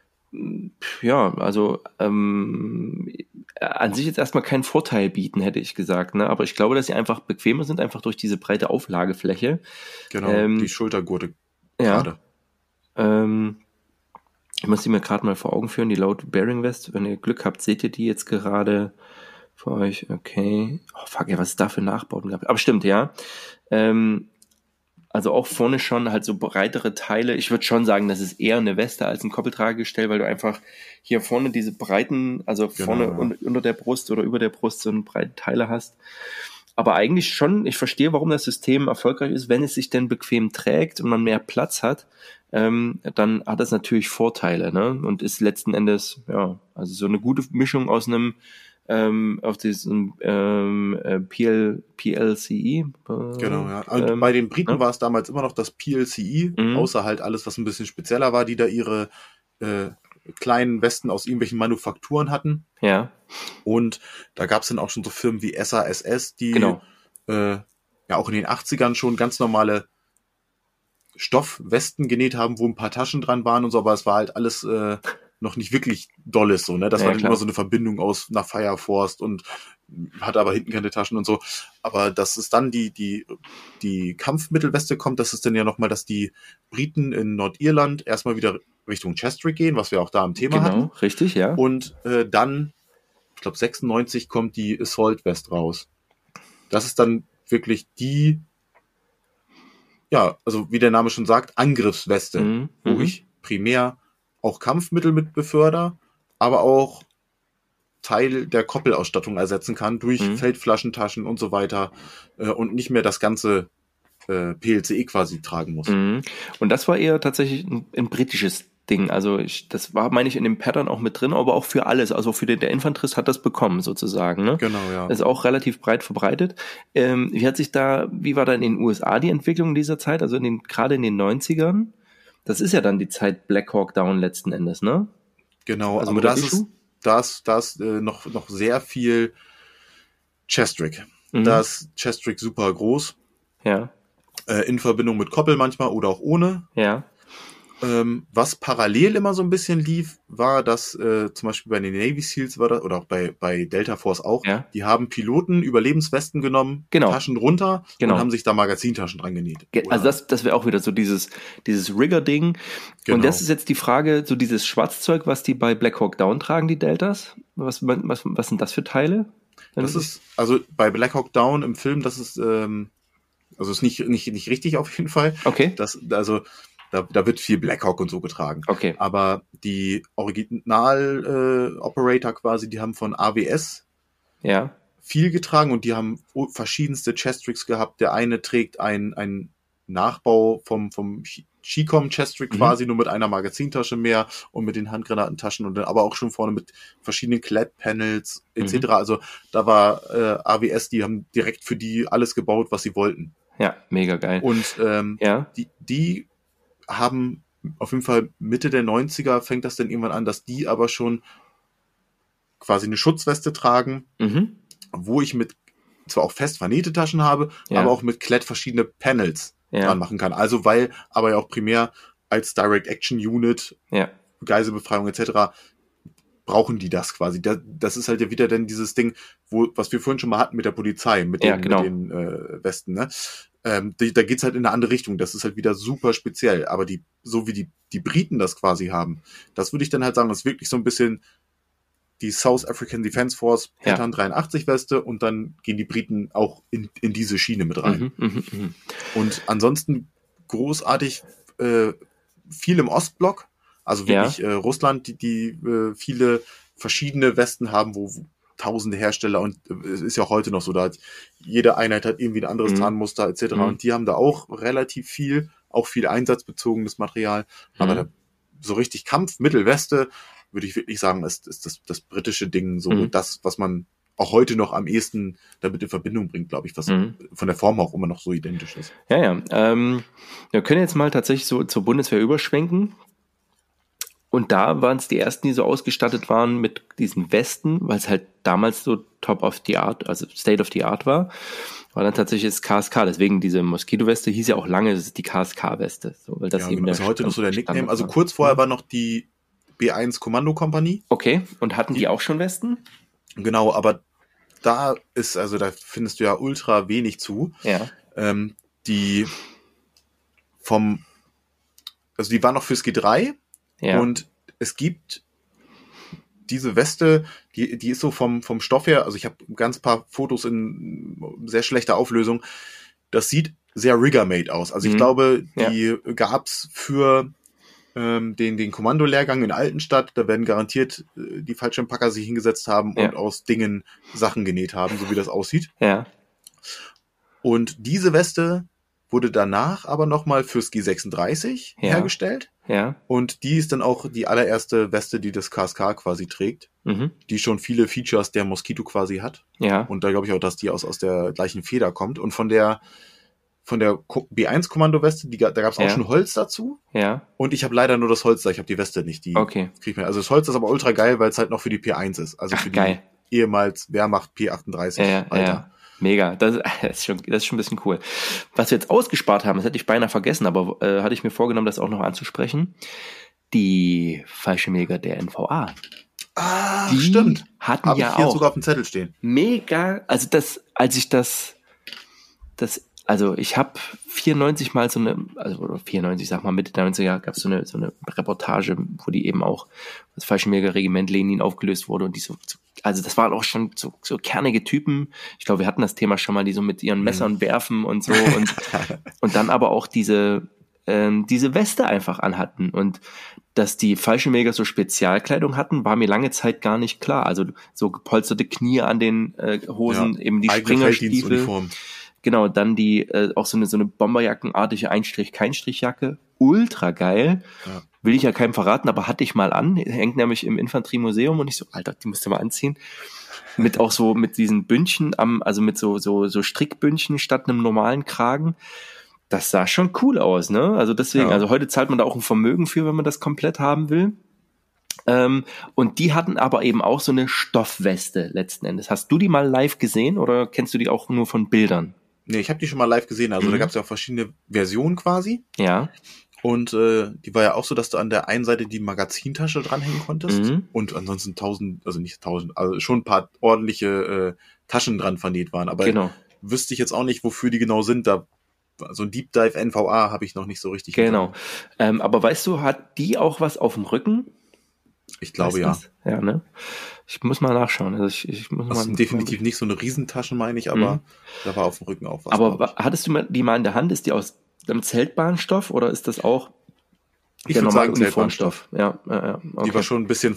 sich jetzt erstmal keinen Vorteil bieten, hätte ich gesagt, ne? Aber ich glaube, dass sie einfach bequemer sind, einfach durch diese breite Auflagefläche. Genau, die Schultergurte gerade. Ich muss die mir gerade mal vor Augen führen, die Load-Bearing West. Wenn ihr Glück habt, seht ihr die jetzt gerade für euch. Okay. Oh fuck, was ist da für Nachbauten gehabt? Aber stimmt, ja. Also auch vorne schon halt so breitere Teile. Ich würde schon sagen, das ist eher eine Weste als ein Koppeltragegestell, weil du einfach hier vorne diese breiten, also vorne unter der Brust oder über der Brust so eine breite Teile hast. Aber eigentlich schon, ich verstehe, warum das System erfolgreich ist, wenn es sich denn bequem trägt und man mehr Platz hat, dann hat das natürlich Vorteile, ne? Und ist letzten Endes, also so eine gute Mischung aus einem auf diesem PLCE. Genau, ja. Und bei den Briten war es damals immer noch das PLCE, außer halt alles, was ein bisschen spezieller war, die da ihre kleinen Westen aus irgendwelchen Manufakturen hatten. Ja. Und da gab es dann auch schon so Firmen wie SASS, die auch in den 80ern schon ganz normale Stoffwesten genäht haben, wo ein paar Taschen dran waren und so, aber es war halt alles noch nicht wirklich dolles so, ne? Das war dann immer so eine Verbindung aus nach Fire Force und hatte aber hinten keine Taschen und so. Aber dass es dann die Kampfmittelweste kommt, das ist dann ja nochmal, dass die Briten in Nordirland erstmal wieder Richtung Chestrick gehen, was wir auch da am Thema hatten. Genau, richtig, ja. Und dann, ich glaube 96 kommt die Assault West raus. Das ist dann wirklich die, also wie der Name schon sagt, Angriffsweste, wo ich primär auch Kampfmittel mit beförder, aber auch Teil der Koppelausstattung ersetzen kann durch Feldflaschentaschen und so weiter und nicht mehr das ganze PLCE quasi tragen muss. Und das war eher tatsächlich ein britisches Ding. Also das war, meine ich, in dem Pattern auch mit drin, aber auch für alles. Also für der Infanterist hat das bekommen sozusagen. Ne? Genau, ja. Das ist auch relativ breit verbreitet. Wie war da in den USA die Entwicklung in dieser Zeit? Also gerade in den 90ern? Das ist ja dann die Zeit Black Hawk Down letzten Endes, ne? Genau, also aber das ist noch sehr viel Chestrick. Da ist Chestrick super groß. Ja. In Verbindung mit Koppel manchmal oder auch ohne. Ja. Was parallel immer so ein bisschen lief, war, dass zum Beispiel bei den Navy Seals war das, oder auch bei Delta Force auch, die haben Piloten Überlebenswesten genommen, Taschen runter und haben sich da Magazintaschen dran genäht. Also das wäre auch wieder so dieses Rigger-Ding. Genau. Und das ist jetzt die Frage, so dieses Schwarzzeug, was die bei Black Hawk Down tragen, die Deltas. Was sind das für Teile? Das ist, also bei Black Hawk Down im Film, das ist, also ist nicht richtig auf jeden Fall. Okay. Da wird viel Blackhawk und so getragen. Okay. Aber die Original-Operator quasi, die haben von AWS viel getragen und die haben verschiedenste Chestricks gehabt. Der eine trägt ein Nachbau vom Chicom Chestrick quasi, nur mit einer Magazintasche mehr und mit den Handgranatentaschen und dann aber auch schon vorne mit verschiedenen Clad-Panels etc. Also da war AWS, die haben direkt für die alles gebaut, was sie wollten. Ja, mega geil. Und die haben auf jeden Fall Mitte der 90er fängt das dann irgendwann an, dass die aber schon quasi eine Schutzweste tragen, wo ich mit zwar auch fest vernähte Taschen habe, aber auch mit Klett verschiedene Panels dran machen kann. Also aber ja auch primär als Direct Action Unit, Geiselbefreiung etc. brauchen die das quasi. Das ist halt ja wieder dann dieses Ding, was wir vorhin schon mal hatten mit der Polizei, mit den Westen, ne? Da geht's halt in eine andere Richtung. Das ist halt wieder super speziell. Aber so wie die Briten das quasi haben, das würde ich dann halt sagen, das ist wirklich so ein bisschen die South African Defense Force Pattern 83 Weste und dann gehen die Briten auch in diese Schiene mit rein. Und ansonsten großartig viel im Ostblock, also wirklich Russland, die viele verschiedene Westen haben, wo tausende Hersteller und es ist ja auch heute noch so, da hat jede Einheit hat irgendwie ein anderes Tarnmuster etc. Und die haben da auch relativ viel, auch viel einsatzbezogenes Material, aber so richtig Kampf, Mittelweste, würde ich wirklich sagen, ist das britische Ding so das, was man auch heute noch am ehesten damit in Verbindung bringt, glaube ich, was von der Form auch immer noch so identisch ist. Wir können jetzt mal tatsächlich so zur Bundeswehr überschwenken. Und da waren es die ersten, die so ausgestattet waren mit diesen Westen, weil es halt damals so top of the art, also state of the art war dann tatsächlich das KSK. Deswegen diese Moskito-Weste hieß ja auch lange, das ist die KSK-Weste. So, weil das eben ist heute noch so der Nickname. Also kurz vorher war noch die B1 Kommandokompanie. Okay, und hatten die auch schon Westen? Genau, aber da findest du ja ultra wenig zu. Ja. Die waren noch fürs G3. Ja. Und es gibt diese Weste, die ist so vom Stoff her, also ich habe ganz paar Fotos in sehr schlechter Auflösung, das sieht sehr Rigger-made aus. Also ich glaube, die gab's für den Kommandolehrgang in Altenstadt, da werden garantiert die Fallschirmpacker sich hingesetzt haben und aus Dingen Sachen genäht haben, so wie das aussieht. Ja. Und diese Weste wurde danach aber nochmal fürs G36 hergestellt. Ja. Und die ist dann auch die allererste Weste, die das KSK quasi trägt, die schon viele Features der Moskito quasi hat. Ja. Und da glaube ich auch, dass die aus der gleichen Feder kommt. Und von der B1-Kommando-Weste, da gab es auch schon Holz dazu. Ja. Und ich habe leider nur das Holz da, ich habe die Weste nicht. Okay. Krieg ich mir. Also das Holz ist aber ultra geil, weil es halt noch für die P1 ist. Also für die ehemals Wehrmacht P38. Ja. Mega, das ist schon ein bisschen cool. Was wir jetzt ausgespart haben, das hätte ich beinahe vergessen, aber hatte ich mir vorgenommen, das auch noch anzusprechen. Die Fallschirmjäger der NVA. Ah, die stimmt. Hatten Hab ja ich hier auch sogar auf dem Zettel stehen. Mega, also ich habe 94 mal oder 94, sag mal Mitte der 90er, gab es so eine Reportage, wo die eben auch das Fallschirmjägerregiment Lenin aufgelöst wurde und die also das waren auch schon so kernige Typen. Ich glaube, wir hatten das Thema schon mal, die so mit ihren Messern werfen und so und dann aber auch diese Weste einfach anhatten und dass die Fallschirmjäger so Spezialkleidung hatten, war mir lange Zeit gar nicht klar. Also so gepolsterte Knie an den Hosen, eben die Springerstiefel. Genau, dann die auch so eine Bomberjackenartige Einstrich-Keinstrichjacke ultra geil. Ja. Will ich ja keinem verraten, aber hatte ich mal an. Hängt nämlich im Infanteriemuseum und ich so, Alter, die musst du mal anziehen. Mit auch so, mit diesen Bündchen also mit so Strickbündchen statt einem normalen Kragen. Das sah schon cool aus, ne? Also deswegen, also heute zahlt man da auch ein Vermögen für, wenn man das komplett haben will. Und die hatten aber eben auch so eine Stoffweste letzten Endes. Hast du die mal live gesehen oder kennst du die auch nur von Bildern? Nee, ich habe die schon mal live gesehen. Also da gab es ja auch verschiedene Versionen quasi. Ja. Und die war ja auch so, dass du an der einen Seite die Magazintasche dranhängen konntest und ansonsten also schon ein paar ordentliche Taschen dran vernäht waren. Aber wüsste ich jetzt auch nicht, wofür die genau sind. Da so ein Deep Dive NVA habe ich noch nicht so richtig. Genau. Aber weißt du, hat die auch was auf dem Rücken? Ich glaube ja. Ja, ne? Ich muss mal nachschauen. Also ich muss das mal. Ist definitiv nicht so eine Riesentasche, meine ich, aber da war auf dem Rücken auch was. Aber hattest du die mal in der Hand? Ist die aus einem Zeltbahnstoff oder ist das auch der normale Uniformstoff? Ja, okay. Die war schon ein bisschen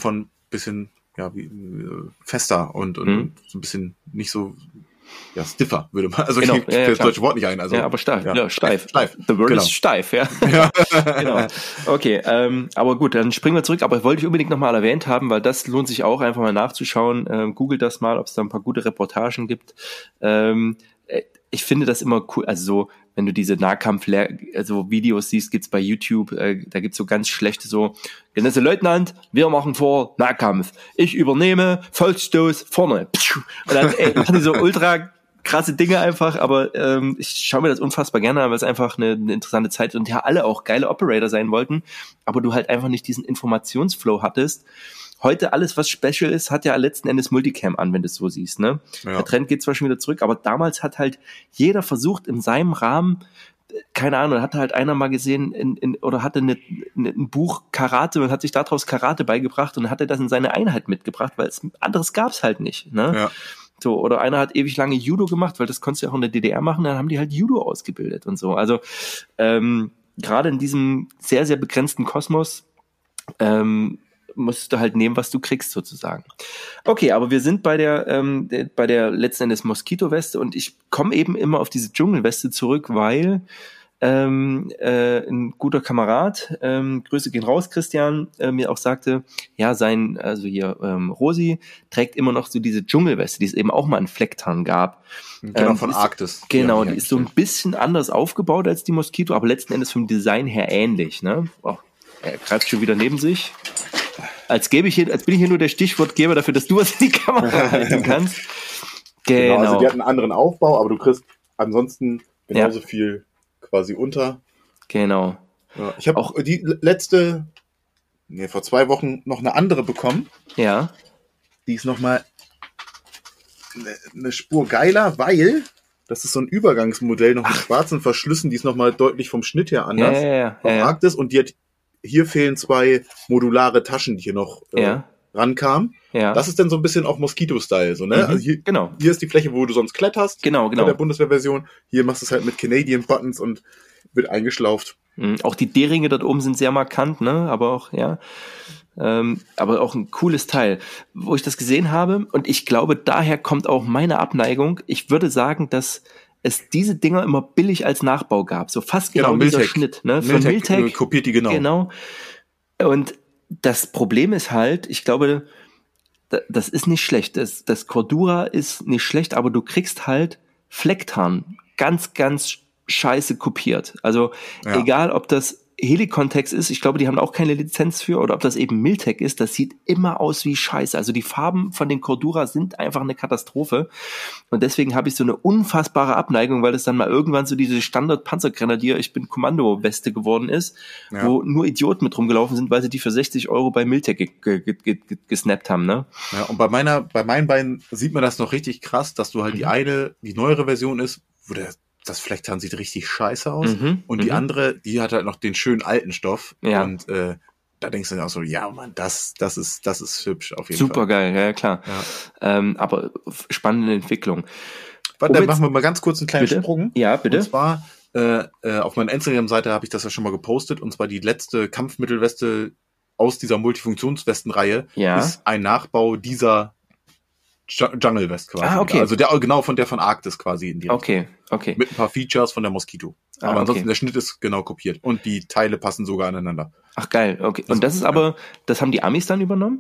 fester und so ein bisschen nicht so stiffer, würde man. Also ich fällt das deutsche Wort nicht ein. Also, aber steif. Ja, steif. Steif. The word is steif, ja. Genau. Okay, aber gut, dann springen wir zurück. Aber wollte ich unbedingt nochmal erwähnt haben, weil das lohnt sich auch, einfach mal nachzuschauen. Googelt das mal, ob es da ein paar gute Reportagen gibt. Ich finde das immer cool, also so, wenn du diese Videos siehst, gibt's bei YouTube, da gibt's so ganz schlechte Genosse Leutnant, wir machen vor Nahkampf. Ich übernehme, Volksstoß, vorne. Und dann machen die so ultra krasse Dinge einfach, aber ich schaue mir das unfassbar gerne an, weil es einfach eine interessante Zeit ist und ja alle auch geile Operator sein wollten, aber du halt einfach nicht diesen Informationsflow hattest. Heute alles, was special ist, hat ja letzten Endes Multicam an, wenn du es so siehst, ne? Ja. Der Trend geht zwar schon wieder zurück, aber damals hat halt jeder versucht, in seinem Rahmen, keine Ahnung, hatte halt einer mal gesehen oder hatte ein Buch Karate und hat sich daraus Karate beigebracht und hatte das in seine Einheit mitgebracht, weil anderes gab's halt nicht, ne? Ja. So, oder einer hat ewig lange Judo gemacht, weil das konntest du ja auch in der DDR machen, dann haben die halt Judo ausgebildet und so. Also gerade in diesem sehr, sehr begrenzten Kosmos musst du halt nehmen, was du kriegst, sozusagen. Okay, aber wir sind bei der letzten Endes Moskitoweste und ich komme eben immer auf diese Dschungelweste zurück, weil ein guter Kamerad, Grüße gehen raus, Christian, mir auch sagte, ja, Rosi trägt immer noch so diese Dschungelweste, die es eben auch mal in Flecktarn gab. Genau, von Arktis. Genau, die ist so ein bisschen anders aufgebaut als die Moskito, aber letzten Endes vom Design her ähnlich, ne? Oh, er greift schon wieder neben sich. Als bin ich hier nur der Stichwortgeber dafür, dass du was in die Kamera halten kannst. Genau. Also die hat einen anderen Aufbau, aber du kriegst ansonsten genauso viel quasi unter. Genau. Ja, ich habe auch vor 2 Wochen noch eine andere bekommen. Ja. Die ist nochmal eine Spur geiler, weil das ist so ein Übergangsmodell noch mit schwarzen Verschlüssen, die ist nochmal deutlich vom Schnitt her anders. Vom Arktis und hier fehlen 2 modulare Taschen, die hier noch rankamen. Ja. Das ist dann so ein bisschen auch Moskito-Style, so, ne? Also hier ist die Fläche, wo du sonst kletterst. Genau. Bei der Bundeswehr-Version. Hier machst du es halt mit Canadian Buttons und wird eingeschlauft. Auch die D-Ringe dort oben sind sehr markant, ne? Aber auch, aber auch ein cooles Teil. Wo ich das gesehen habe, und ich glaube, daher kommt auch meine Abneigung. Ich würde sagen, dass es diese Dinger immer billig als Nachbau gab. So fast genau dieser Miltec. Schnitt, ne? Von Miltec kopiert die genau. Genau. Und das Problem ist halt, ich glaube, das ist nicht schlecht. Das Cordura ist nicht schlecht, aber du kriegst halt Flecktarn ganz, ganz scheiße kopiert. Also egal, ob das Helicontext ist, ich glaube, die haben auch keine Lizenz für, oder ob das eben Miltec ist, das sieht immer aus wie Scheiße. Also die Farben von den Cordura sind einfach eine Katastrophe. Und deswegen habe ich so eine unfassbare Abneigung, weil es dann mal irgendwann so diese Standard-Panzergrenadier, ich bin Kommando-Weste geworden ist, wo nur Idioten mit rumgelaufen sind, weil sie die für 60 € bei Miltec gesnappt haben, ne? Ja, und bei meinen beiden sieht man das noch richtig krass, dass du halt die neuere Version ist, wo das Flecktarn sieht richtig scheiße aus. Und die andere, die hat halt noch den schönen alten Stoff. Ja. Und da denkst du dann auch so, ja Mann, das ist hübsch auf jeden Fall. Super geil, ja klar. Ja. Aber spannende Entwicklung. Warte, dann machen wir mal ganz kurz einen kleinen Sprung. Ja, bitte. Und zwar auf meiner Instagram-Seite habe ich das ja schon mal gepostet. Und zwar die letzte Kampfmittelweste aus dieser Multifunktionswestenreihe ist ein Nachbau dieser Jungle Vest quasi. Ah, okay. Also genau von Arktis quasi in die Richtung. Okay. Mit ein paar Features von der Moskito. Aber ansonsten der Schnitt ist genau kopiert. Und die Teile passen sogar aneinander. Ach geil, okay. Und das ist aber, das haben die Amis dann übernommen?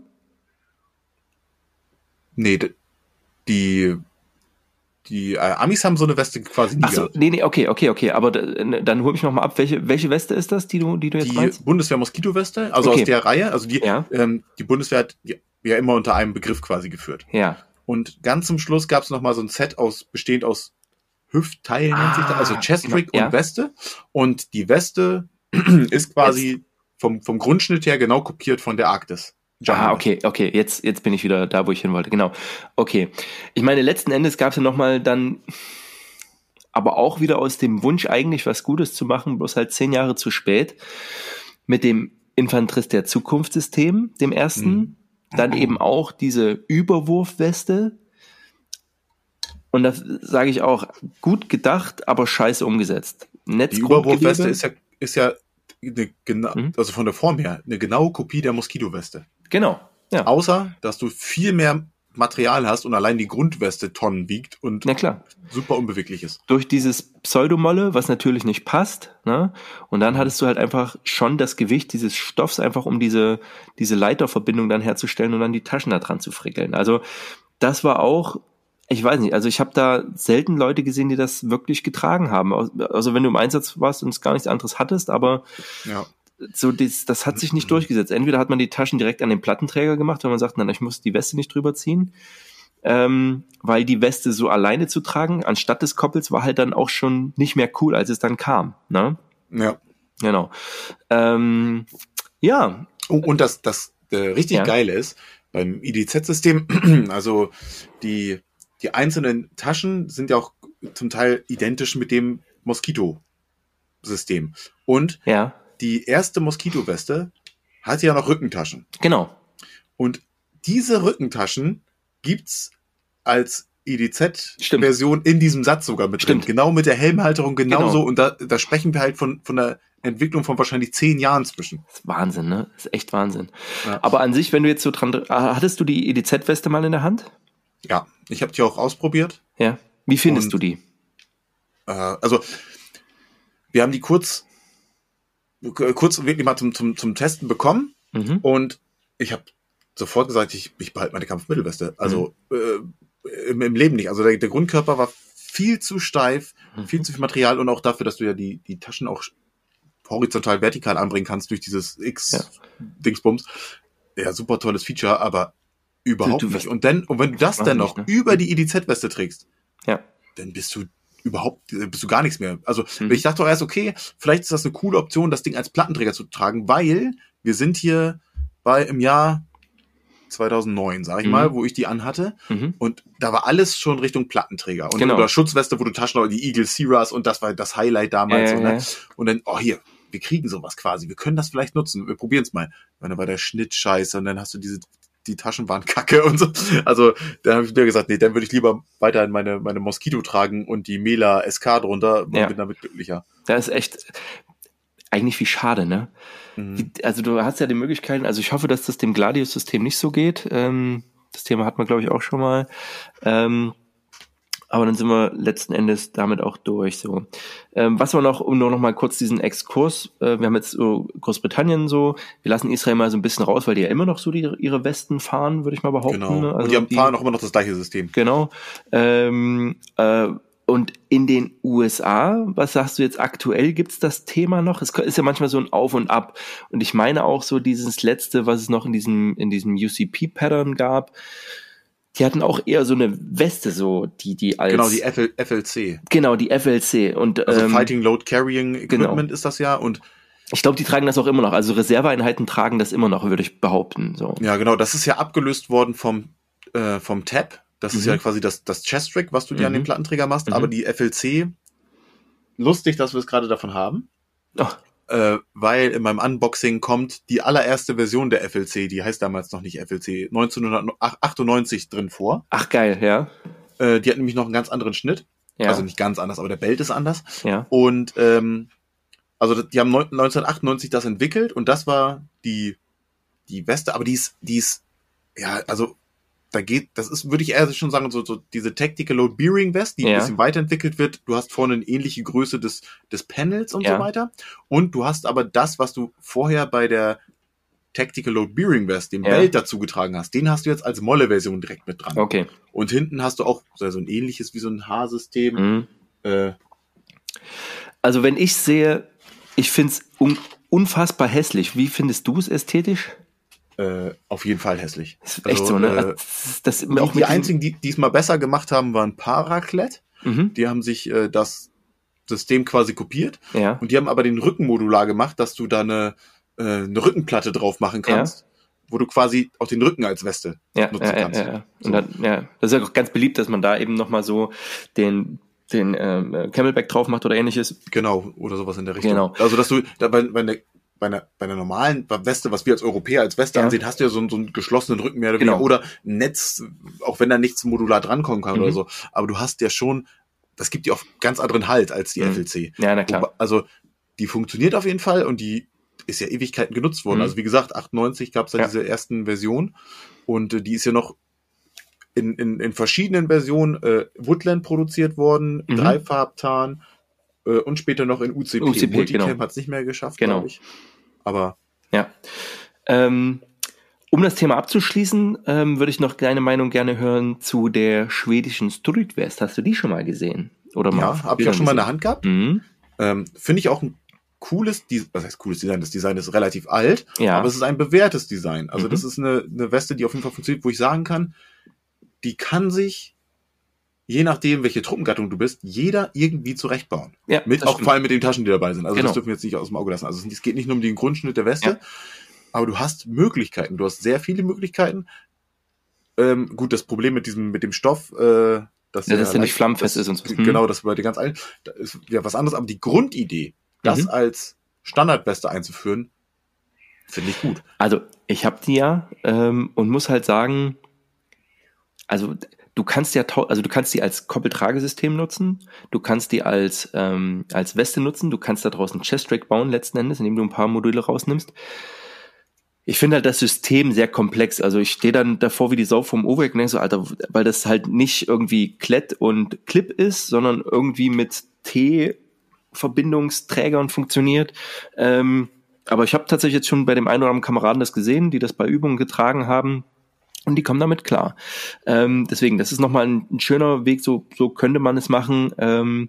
Nee, die Amis haben so eine Weste quasi nie gehabt. Nee, okay. Aber dann hol mich nochmal ab. Welche Weste ist das, die du jetzt meinst? Die Bundeswehr-Moskito-Weste, also aus der Reihe. Also die Bundeswehr hat ja immer unter einem Begriff quasi geführt. Ja. Und ganz zum Schluss gab es nochmal so ein Set bestehend aus Hüftteilen, nennt sich das, also Chest-Rig und Weste. Und die Weste ist quasi vom Grundschnitt her genau kopiert von der Arktis. Okay. Jetzt bin ich wieder da, wo ich hin wollte. Genau. Okay. Ich meine, letzten Endes gab es ja nochmal dann, aber auch wieder aus dem Wunsch eigentlich was Gutes zu machen, bloß halt 10 Jahre zu spät, mit dem Infanterist der Zukunftssystem, dem ersten, dann eben auch diese Überwurfweste. Und das sage ich auch, gut gedacht, aber scheiße umgesetzt. Die Überwurfweste ist ja also von der Form her eine genaue Kopie der Moskito-Weste. Genau. Ja. Außer, dass du viel mehr Material hast und allein die Grundweste Tonnen wiegt und super unbeweglich ist. Durch dieses Pseudomolle, was natürlich nicht passt, ne? Und dann hattest du halt einfach schon das Gewicht dieses Stoffs einfach, um diese Leiterverbindung dann herzustellen und dann die Taschen da dran zu frickeln. Also das war auch, ich weiß nicht, also ich habe da selten Leute gesehen, die das wirklich getragen haben. Also wenn du im Einsatz warst und es gar nichts anderes hattest, aber so das hat sich nicht durchgesetzt. Entweder hat man die Taschen direkt an den Plattenträger gemacht, weil man sagt, nein, ich muss die Weste nicht drüber ziehen, weil die Weste so alleine zu tragen, anstatt des Koppels, war halt dann auch schon nicht mehr cool, als es dann kam. Ne? Ja. Genau. Und das richtig Geile ist, beim IDZ-System, also die einzelnen Taschen sind ja auch zum Teil identisch mit dem Moskito-System. Und die erste Moskito-Weste hatte ja noch Rückentaschen. Genau. Und diese Rückentaschen gibt's als IDZ-Version in diesem Satz sogar mit drin. Genau mit der Helmhalterung genauso. Und da sprechen wir halt von der Entwicklung von wahrscheinlich 10 Jahren zwischen. Das ist Wahnsinn, ne? Das ist echt Wahnsinn. Ja. Aber an sich, wenn du jetzt so hattest du die IDZ-Weste mal in der Hand? Ja, ich habe die auch ausprobiert. Ja. Wie findest du die? Also, wir haben die kurz wirklich mal zum Testen bekommen. Und ich habe sofort gesagt, ich behalte meine Kampfmittelweste. Also im Leben nicht. Also der Grundkörper war viel zu steif, viel zu viel Material und auch dafür, dass du ja die Taschen auch horizontal, vertikal anbringen kannst durch dieses X-Dingsbums. Ja, super tolles Feature, aber überhaupt nicht. Und wenn du das dann noch über die IDZ-Weste trägst, dann bist du gar nichts mehr. Also ich dachte doch erst, okay, vielleicht ist das eine coole Option, das Ding als Plattenträger zu tragen, weil wir sind hier im Jahr 2009, sag ich mal, wo ich die anhatte. Und da war alles schon Richtung Plattenträger. Und oder Schutzweste, wo du Taschen, die Eagle Sierras, und das war das Highlight damals. Ne? Und dann, hier, wir kriegen sowas quasi. Wir können das vielleicht nutzen. Wir probieren es mal. Und dann war der Schnitt scheiße und dann hast du die Taschen waren kacke und so. Also da habe ich mir gesagt, nee, dann würde ich lieber weiterhin meine Moskito tragen und die Mela SK drunter und bin damit glücklicher. Das ist echt eigentlich wie schade, ne? Also du hast ja die Möglichkeiten, also ich hoffe, dass das dem Gladius-System nicht so geht. Das Thema hat man, glaube ich, auch schon mal. Aber dann sind wir letzten Endes damit auch durch. So, was wir noch, um nur noch mal kurz diesen Exkurs, wir haben jetzt so Großbritannien so, wir lassen Israel mal so ein bisschen raus, weil die ja immer noch so ihre Westen fahren, würde ich mal behaupten. Genau. Ne? Also und die fahren auch immer noch das gleiche System. Genau. Und in den USA, was sagst du jetzt aktuell, gibt's das Thema noch? Es ist ja manchmal so ein Auf und Ab. Und ich meine auch so dieses letzte, was es noch in diesem UCP-Pattern gab, die hatten auch eher so eine Weste, so die als... Genau, die FLC. Genau, die FLC. Und, also Fighting Load Carrying Equipment ist das ja. Und ich glaube, die tragen das auch immer noch. Also Reserveeinheiten tragen das immer noch, würde ich behaupten. So. Ja, genau. Das ist ja abgelöst worden vom TAP. Das ist ja quasi das Chest-Rig, was du dir an den Plattenträger machst. Aber die FLC, lustig, dass wir es gerade davon haben. Weil in meinem Unboxing kommt die allererste Version der FLC, die heißt damals noch nicht FLC, 1998 drin vor. Ach geil, ja. Die hat nämlich noch einen ganz anderen Schnitt. Ja. Also nicht ganz anders, aber der Belt ist anders. Ja. Und also die haben 1998 das entwickelt und das war die Weste, aber die ist ja, also würde ich eher schon sagen, so diese Tactical Load Bearing Vest, die ein bisschen weiterentwickelt wird. Du hast vorne eine ähnliche Größe des Panels und so weiter. Und du hast aber das, was du vorher bei der Tactical Load Bearing Vest, dem Belt dazu getragen hast, den hast du jetzt als Molle-Version direkt mit dran. Okay. Und hinten hast du auch so ein ähnliches wie so ein Haarsystem. Also wenn ich sehe, ich finde es unfassbar hässlich. Wie findest du es ästhetisch? Auf jeden Fall hässlich. Das ist echt so, ne? Die einzigen, die es mal besser gemacht haben, waren Paraclet. Die haben sich das System quasi kopiert. Ja. Und die haben aber den Rücken modular gemacht, dass du da eine Rückenplatte drauf machen kannst, wo du quasi auch den Rücken als Weste nutzen kannst. Ja. Und dann, das ist ja auch ganz beliebt, dass man da eben nochmal so den Camelback drauf macht oder ähnliches. Genau, oder sowas in der Richtung. Genau. Also, dass du da bei einer normalen Weste, was wir als Europäer als Weste ansehen, hast du ja so einen geschlossenen Rücken mehr oder weniger. Oder ein Netz, auch wenn da nichts modular drankommen kann oder so. Aber du hast ja schon, das gibt dir auch ganz anderen Halt als die FLC. Ja, na klar. Also, die funktioniert auf jeden Fall und die ist ja Ewigkeiten genutzt worden. Also wie gesagt, 98 gab es ja diese ersten Version und die ist ja noch in verschiedenen Versionen Woodland produziert worden, Dreifarbtarn und später noch in UCP. Multicam hat es nicht mehr geschafft, glaube ich. Aber um das Thema abzuschließen, würde ich noch deine Meinung gerne hören zu der schwedischen Street Vest. Hast du die schon mal gesehen? Oder mal? Ja, habe ich auch schon mal in der Hand gehabt. Finde ich auch ein cooles Design? Das Design ist relativ alt, aber es ist ein bewährtes Design. Also das ist eine Weste, die auf jeden Fall funktioniert, wo ich sagen kann, die kann sich, je nachdem, welche Truppengattung du bist, jeder irgendwie zurechtbauen. Ja, vor allem mit den Taschen, die dabei sind. Also das dürfen wir jetzt nicht aus dem Auge lassen. Also es geht nicht nur um den Grundschnitt der Weste, aber du hast Möglichkeiten. Du hast sehr viele Möglichkeiten. Gut, das Problem mit dem Stoff, dass der nicht flammfest ist und so. Genau, das bei den ganz allen, da ist ja was anderes. Aber die Grundidee, das als Standardweste einzuführen, finde ich gut. Also ich habe die und muss halt sagen, also du kannst die als Koppeltragesystem nutzen, du kannst die als Weste nutzen, du kannst da draußen Chest-Rack bauen letzten Endes, indem du ein paar Module rausnimmst. Ich finde halt das System sehr komplex. Also ich stehe dann davor wie die Sau vom Overheck und denke so, Alter, weil das halt nicht irgendwie Klett und Clip ist, sondern irgendwie mit T-Verbindungsträgern funktioniert. Aber ich habe tatsächlich jetzt schon bei dem einen oder anderen Kameraden das gesehen, die das bei Übungen getragen haben. Und die kommen damit klar. Deswegen, das ist nochmal ein schöner Weg, so könnte man es machen.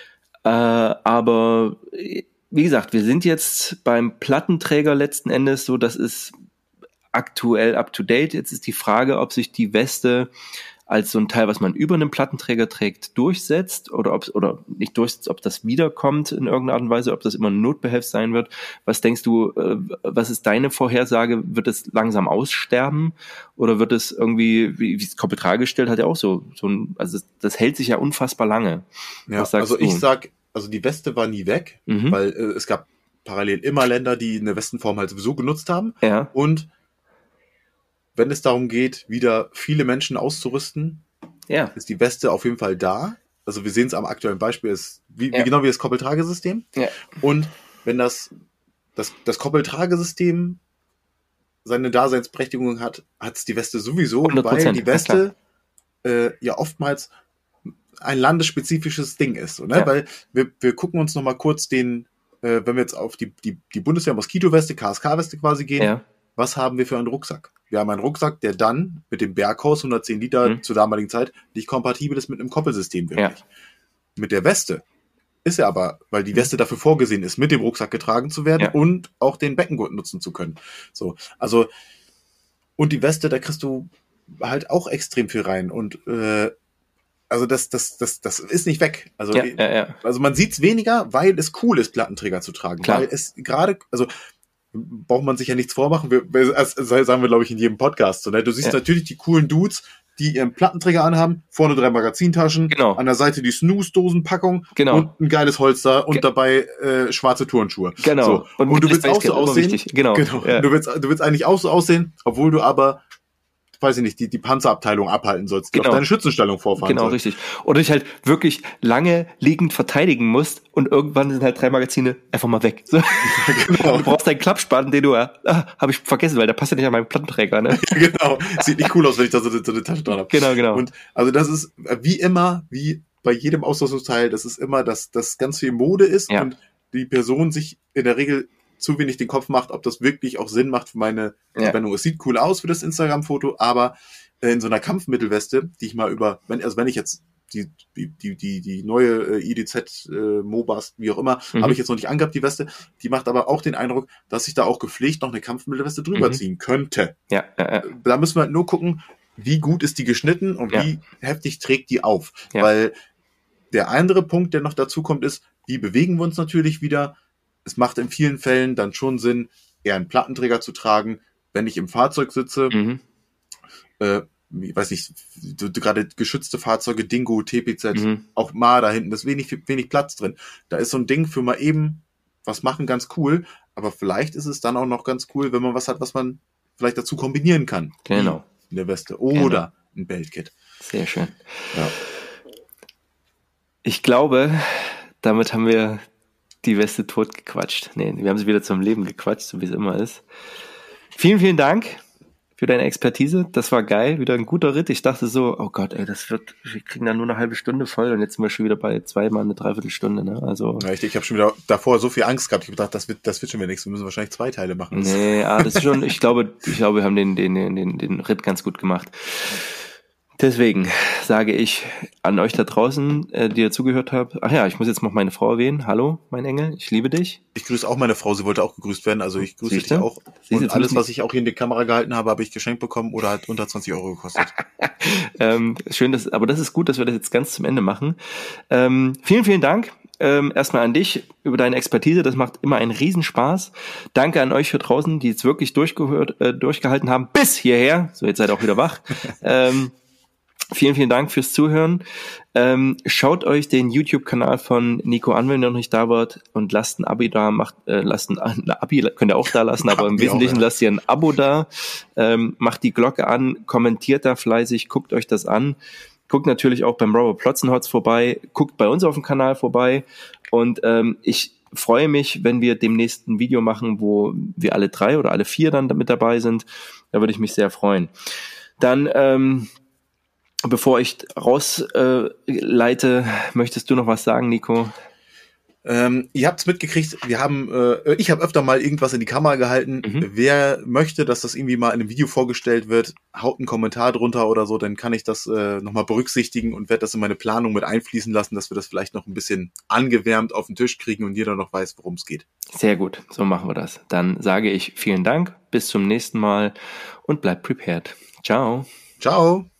Aber wie gesagt, wir sind jetzt beim Plattenträger letzten Endes so, das ist aktuell up to date. Jetzt ist die Frage, ob sich die Weste als so ein Teil, was man über einen Plattenträger trägt, durchsetzt oder nicht durchsetzt, ob das wiederkommt in irgendeiner Art und Weise, ob das immer ein Notbehelf sein wird. Was denkst du, was ist deine Vorhersage? Wird es langsam aussterben oder wird es irgendwie, wie es Koppeltrage stellt, hat ja auch so ein, also das hält sich ja unfassbar lange. Ja, was sagst du? Ich sag, also die Weste war nie weg, weil es gab parallel immer Länder, die eine Westenform halt sowieso genutzt haben. Ja. Und wenn es darum geht, wieder viele Menschen auszurüsten, ist die Weste auf jeden Fall da. Also wir sehen es am aktuellen Beispiel, genau wie das Koppeltragesystem. Ja. Und wenn das Koppeltragesystem seine Daseinsberechtigung hat es die Weste sowieso, 100%, weil die Weste ja oftmals ein landesspezifisches Ding ist. So, ne? Ja. Weil wir gucken uns noch mal kurz wenn wir jetzt auf die Bundeswehr-Moskito-Weste, KSK-Weste quasi gehen, was haben wir für einen Rucksack? Wir haben einen Rucksack, der dann mit dem Berghaus 110 Liter zur damaligen Zeit nicht kompatibel ist mit einem Koppelsystem wirklich. Ja. Mit der Weste ist er aber, weil die Weste dafür vorgesehen ist, mit dem Rucksack getragen zu werden und auch den Beckengurt nutzen zu können. So, also und die Weste, da kriegst du halt auch extrem viel rein und also das ist nicht weg. Also also man sieht's weniger, weil es cool ist, Plattenträger zu tragen. Klar. Weil es gerade, also braucht man sich ja nichts vormachen. Das sagen wir, glaube ich, in jedem Podcast. So, ne? Du siehst natürlich die coolen Dudes, die ihren Plattenträger anhaben, vorne 3 Magazintaschen, an der Seite die Snooze-Dosenpackung und ein geiles Holster und dabei schwarze Turnschuhe. Genau. So. Und du willst auch so aussehen. Genau. Ja. Du willst eigentlich auch so aussehen, obwohl du aber weiß ich nicht, die Panzerabteilung abhalten sollst, die auf deine Schützenstellung vorfahren Genau, richtig. Oder dich halt wirklich lange liegend verteidigen musst und irgendwann sind halt 3 Magazine einfach mal weg. So. Genau. Du brauchst deinen Klappspaten, den du, habe ich vergessen, weil der passt ja nicht an meinen Plattenträger, ne? Ja, genau. Sieht nicht cool aus, wenn ich da so eine Tasche dran habe. Genau. Und also das ist wie immer, wie bei jedem Ausrüstungsteil, das ist immer, dass das ganz viel Mode ist und die Person sich in der Regel zu wenig den Kopf macht, ob das wirklich auch Sinn macht für meine Verwendung. Es sieht cool aus für das Instagram-Foto, aber in so einer Kampfmittelweste, die ich mal wenn ich jetzt die neue IDZ Mobas, wie auch immer, habe ich jetzt noch nicht angehabt, die Weste, die macht aber auch den Eindruck, dass ich da auch gepflegt noch eine Kampfmittelweste drüber ziehen könnte. Da müssen wir halt nur gucken, wie gut ist die geschnitten und wie heftig trägt die auf. Weil der andere Punkt, der noch dazu kommt, ist, wie bewegen wir uns natürlich wieder. Es macht in vielen Fällen dann schon Sinn, eher einen Plattenträger zu tragen, wenn ich im Fahrzeug sitze. Ich weiß nicht, gerade geschützte Fahrzeuge, Dingo, TPZ, auch da hinten, ist wenig Platz drin. Da ist so ein Ding für mal eben was machen ganz cool, aber vielleicht ist es dann auch noch ganz cool, wenn man was hat, was man vielleicht dazu kombinieren kann. Genau. In der Weste oder ein Beltkit. Sehr schön. Ja. Ich glaube, damit haben wir die Weste tot gequatscht. Nee, wir haben sie wieder zum Leben gequatscht, so wie es immer ist. Vielen, vielen Dank für deine Expertise. Das war geil, wieder ein guter Ritt. Ich dachte so, oh Gott, ey, wir kriegen da nur eine halbe Stunde voll und jetzt sind wir schon wieder bei 2 mal eine Dreiviertelstunde, ne? Also. Ja, ich habe schon wieder davor so viel Angst gehabt. Ich habe gedacht, das wird schon wieder nichts. Wir müssen wahrscheinlich 2 Teile machen. Nee, das ist schon, ich glaube, wir haben den Ritt ganz gut gemacht. Deswegen sage ich an euch da draußen, die ihr zugehört habt, ach ja, ich muss jetzt noch meine Frau erwähnen. Hallo, mein Engel, ich liebe dich. Ich grüße auch meine Frau, sie wollte auch gegrüßt werden, also ich grüße dich auch. Und alles, was ich auch hier in die Kamera gehalten habe ich geschenkt bekommen oder hat unter 20 € gekostet. Schön, aber das ist gut, dass wir das jetzt ganz zum Ende machen. Vielen, vielen Dank. Erstmal an dich über deine Expertise, das macht immer einen Riesenspaß. Danke an euch für draußen, die jetzt wirklich durchgehalten haben bis hierher. So, jetzt seid ihr auch wieder wach. Vielen, vielen Dank fürs Zuhören. Schaut euch den YouTube-Kanal von Nico an, wenn ihr noch nicht da wart, und lasst ein Abo da. Lasst ein Abi, könnt ihr auch da lassen, aber im Wesentlichen lasst ihr ein Abo da. Macht die Glocke an, kommentiert da fleißig, guckt euch das an. Guckt natürlich auch beim Robert Plotzenhotz vorbei, guckt bei uns auf dem Kanal vorbei und ich freue mich, wenn wir demnächst ein Video machen, wo wir alle 3 oder alle 4 dann mit dabei sind. Da würde ich mich sehr freuen. Dann bevor ich rausleite, möchtest du noch was sagen, Nico? Ihr habt's mitgekriegt, ich habe öfter mal irgendwas in die Kamera gehalten. Wer möchte, dass das irgendwie mal in einem Video vorgestellt wird, haut einen Kommentar drunter oder so, dann kann ich das nochmal berücksichtigen und werde das in meine Planung mit einfließen lassen, dass wir das vielleicht noch ein bisschen angewärmt auf den Tisch kriegen und jeder noch weiß, worum es geht. Sehr gut, so machen wir das. Dann sage ich vielen Dank, bis zum nächsten Mal und bleibt prepared. Ciao. Ciao.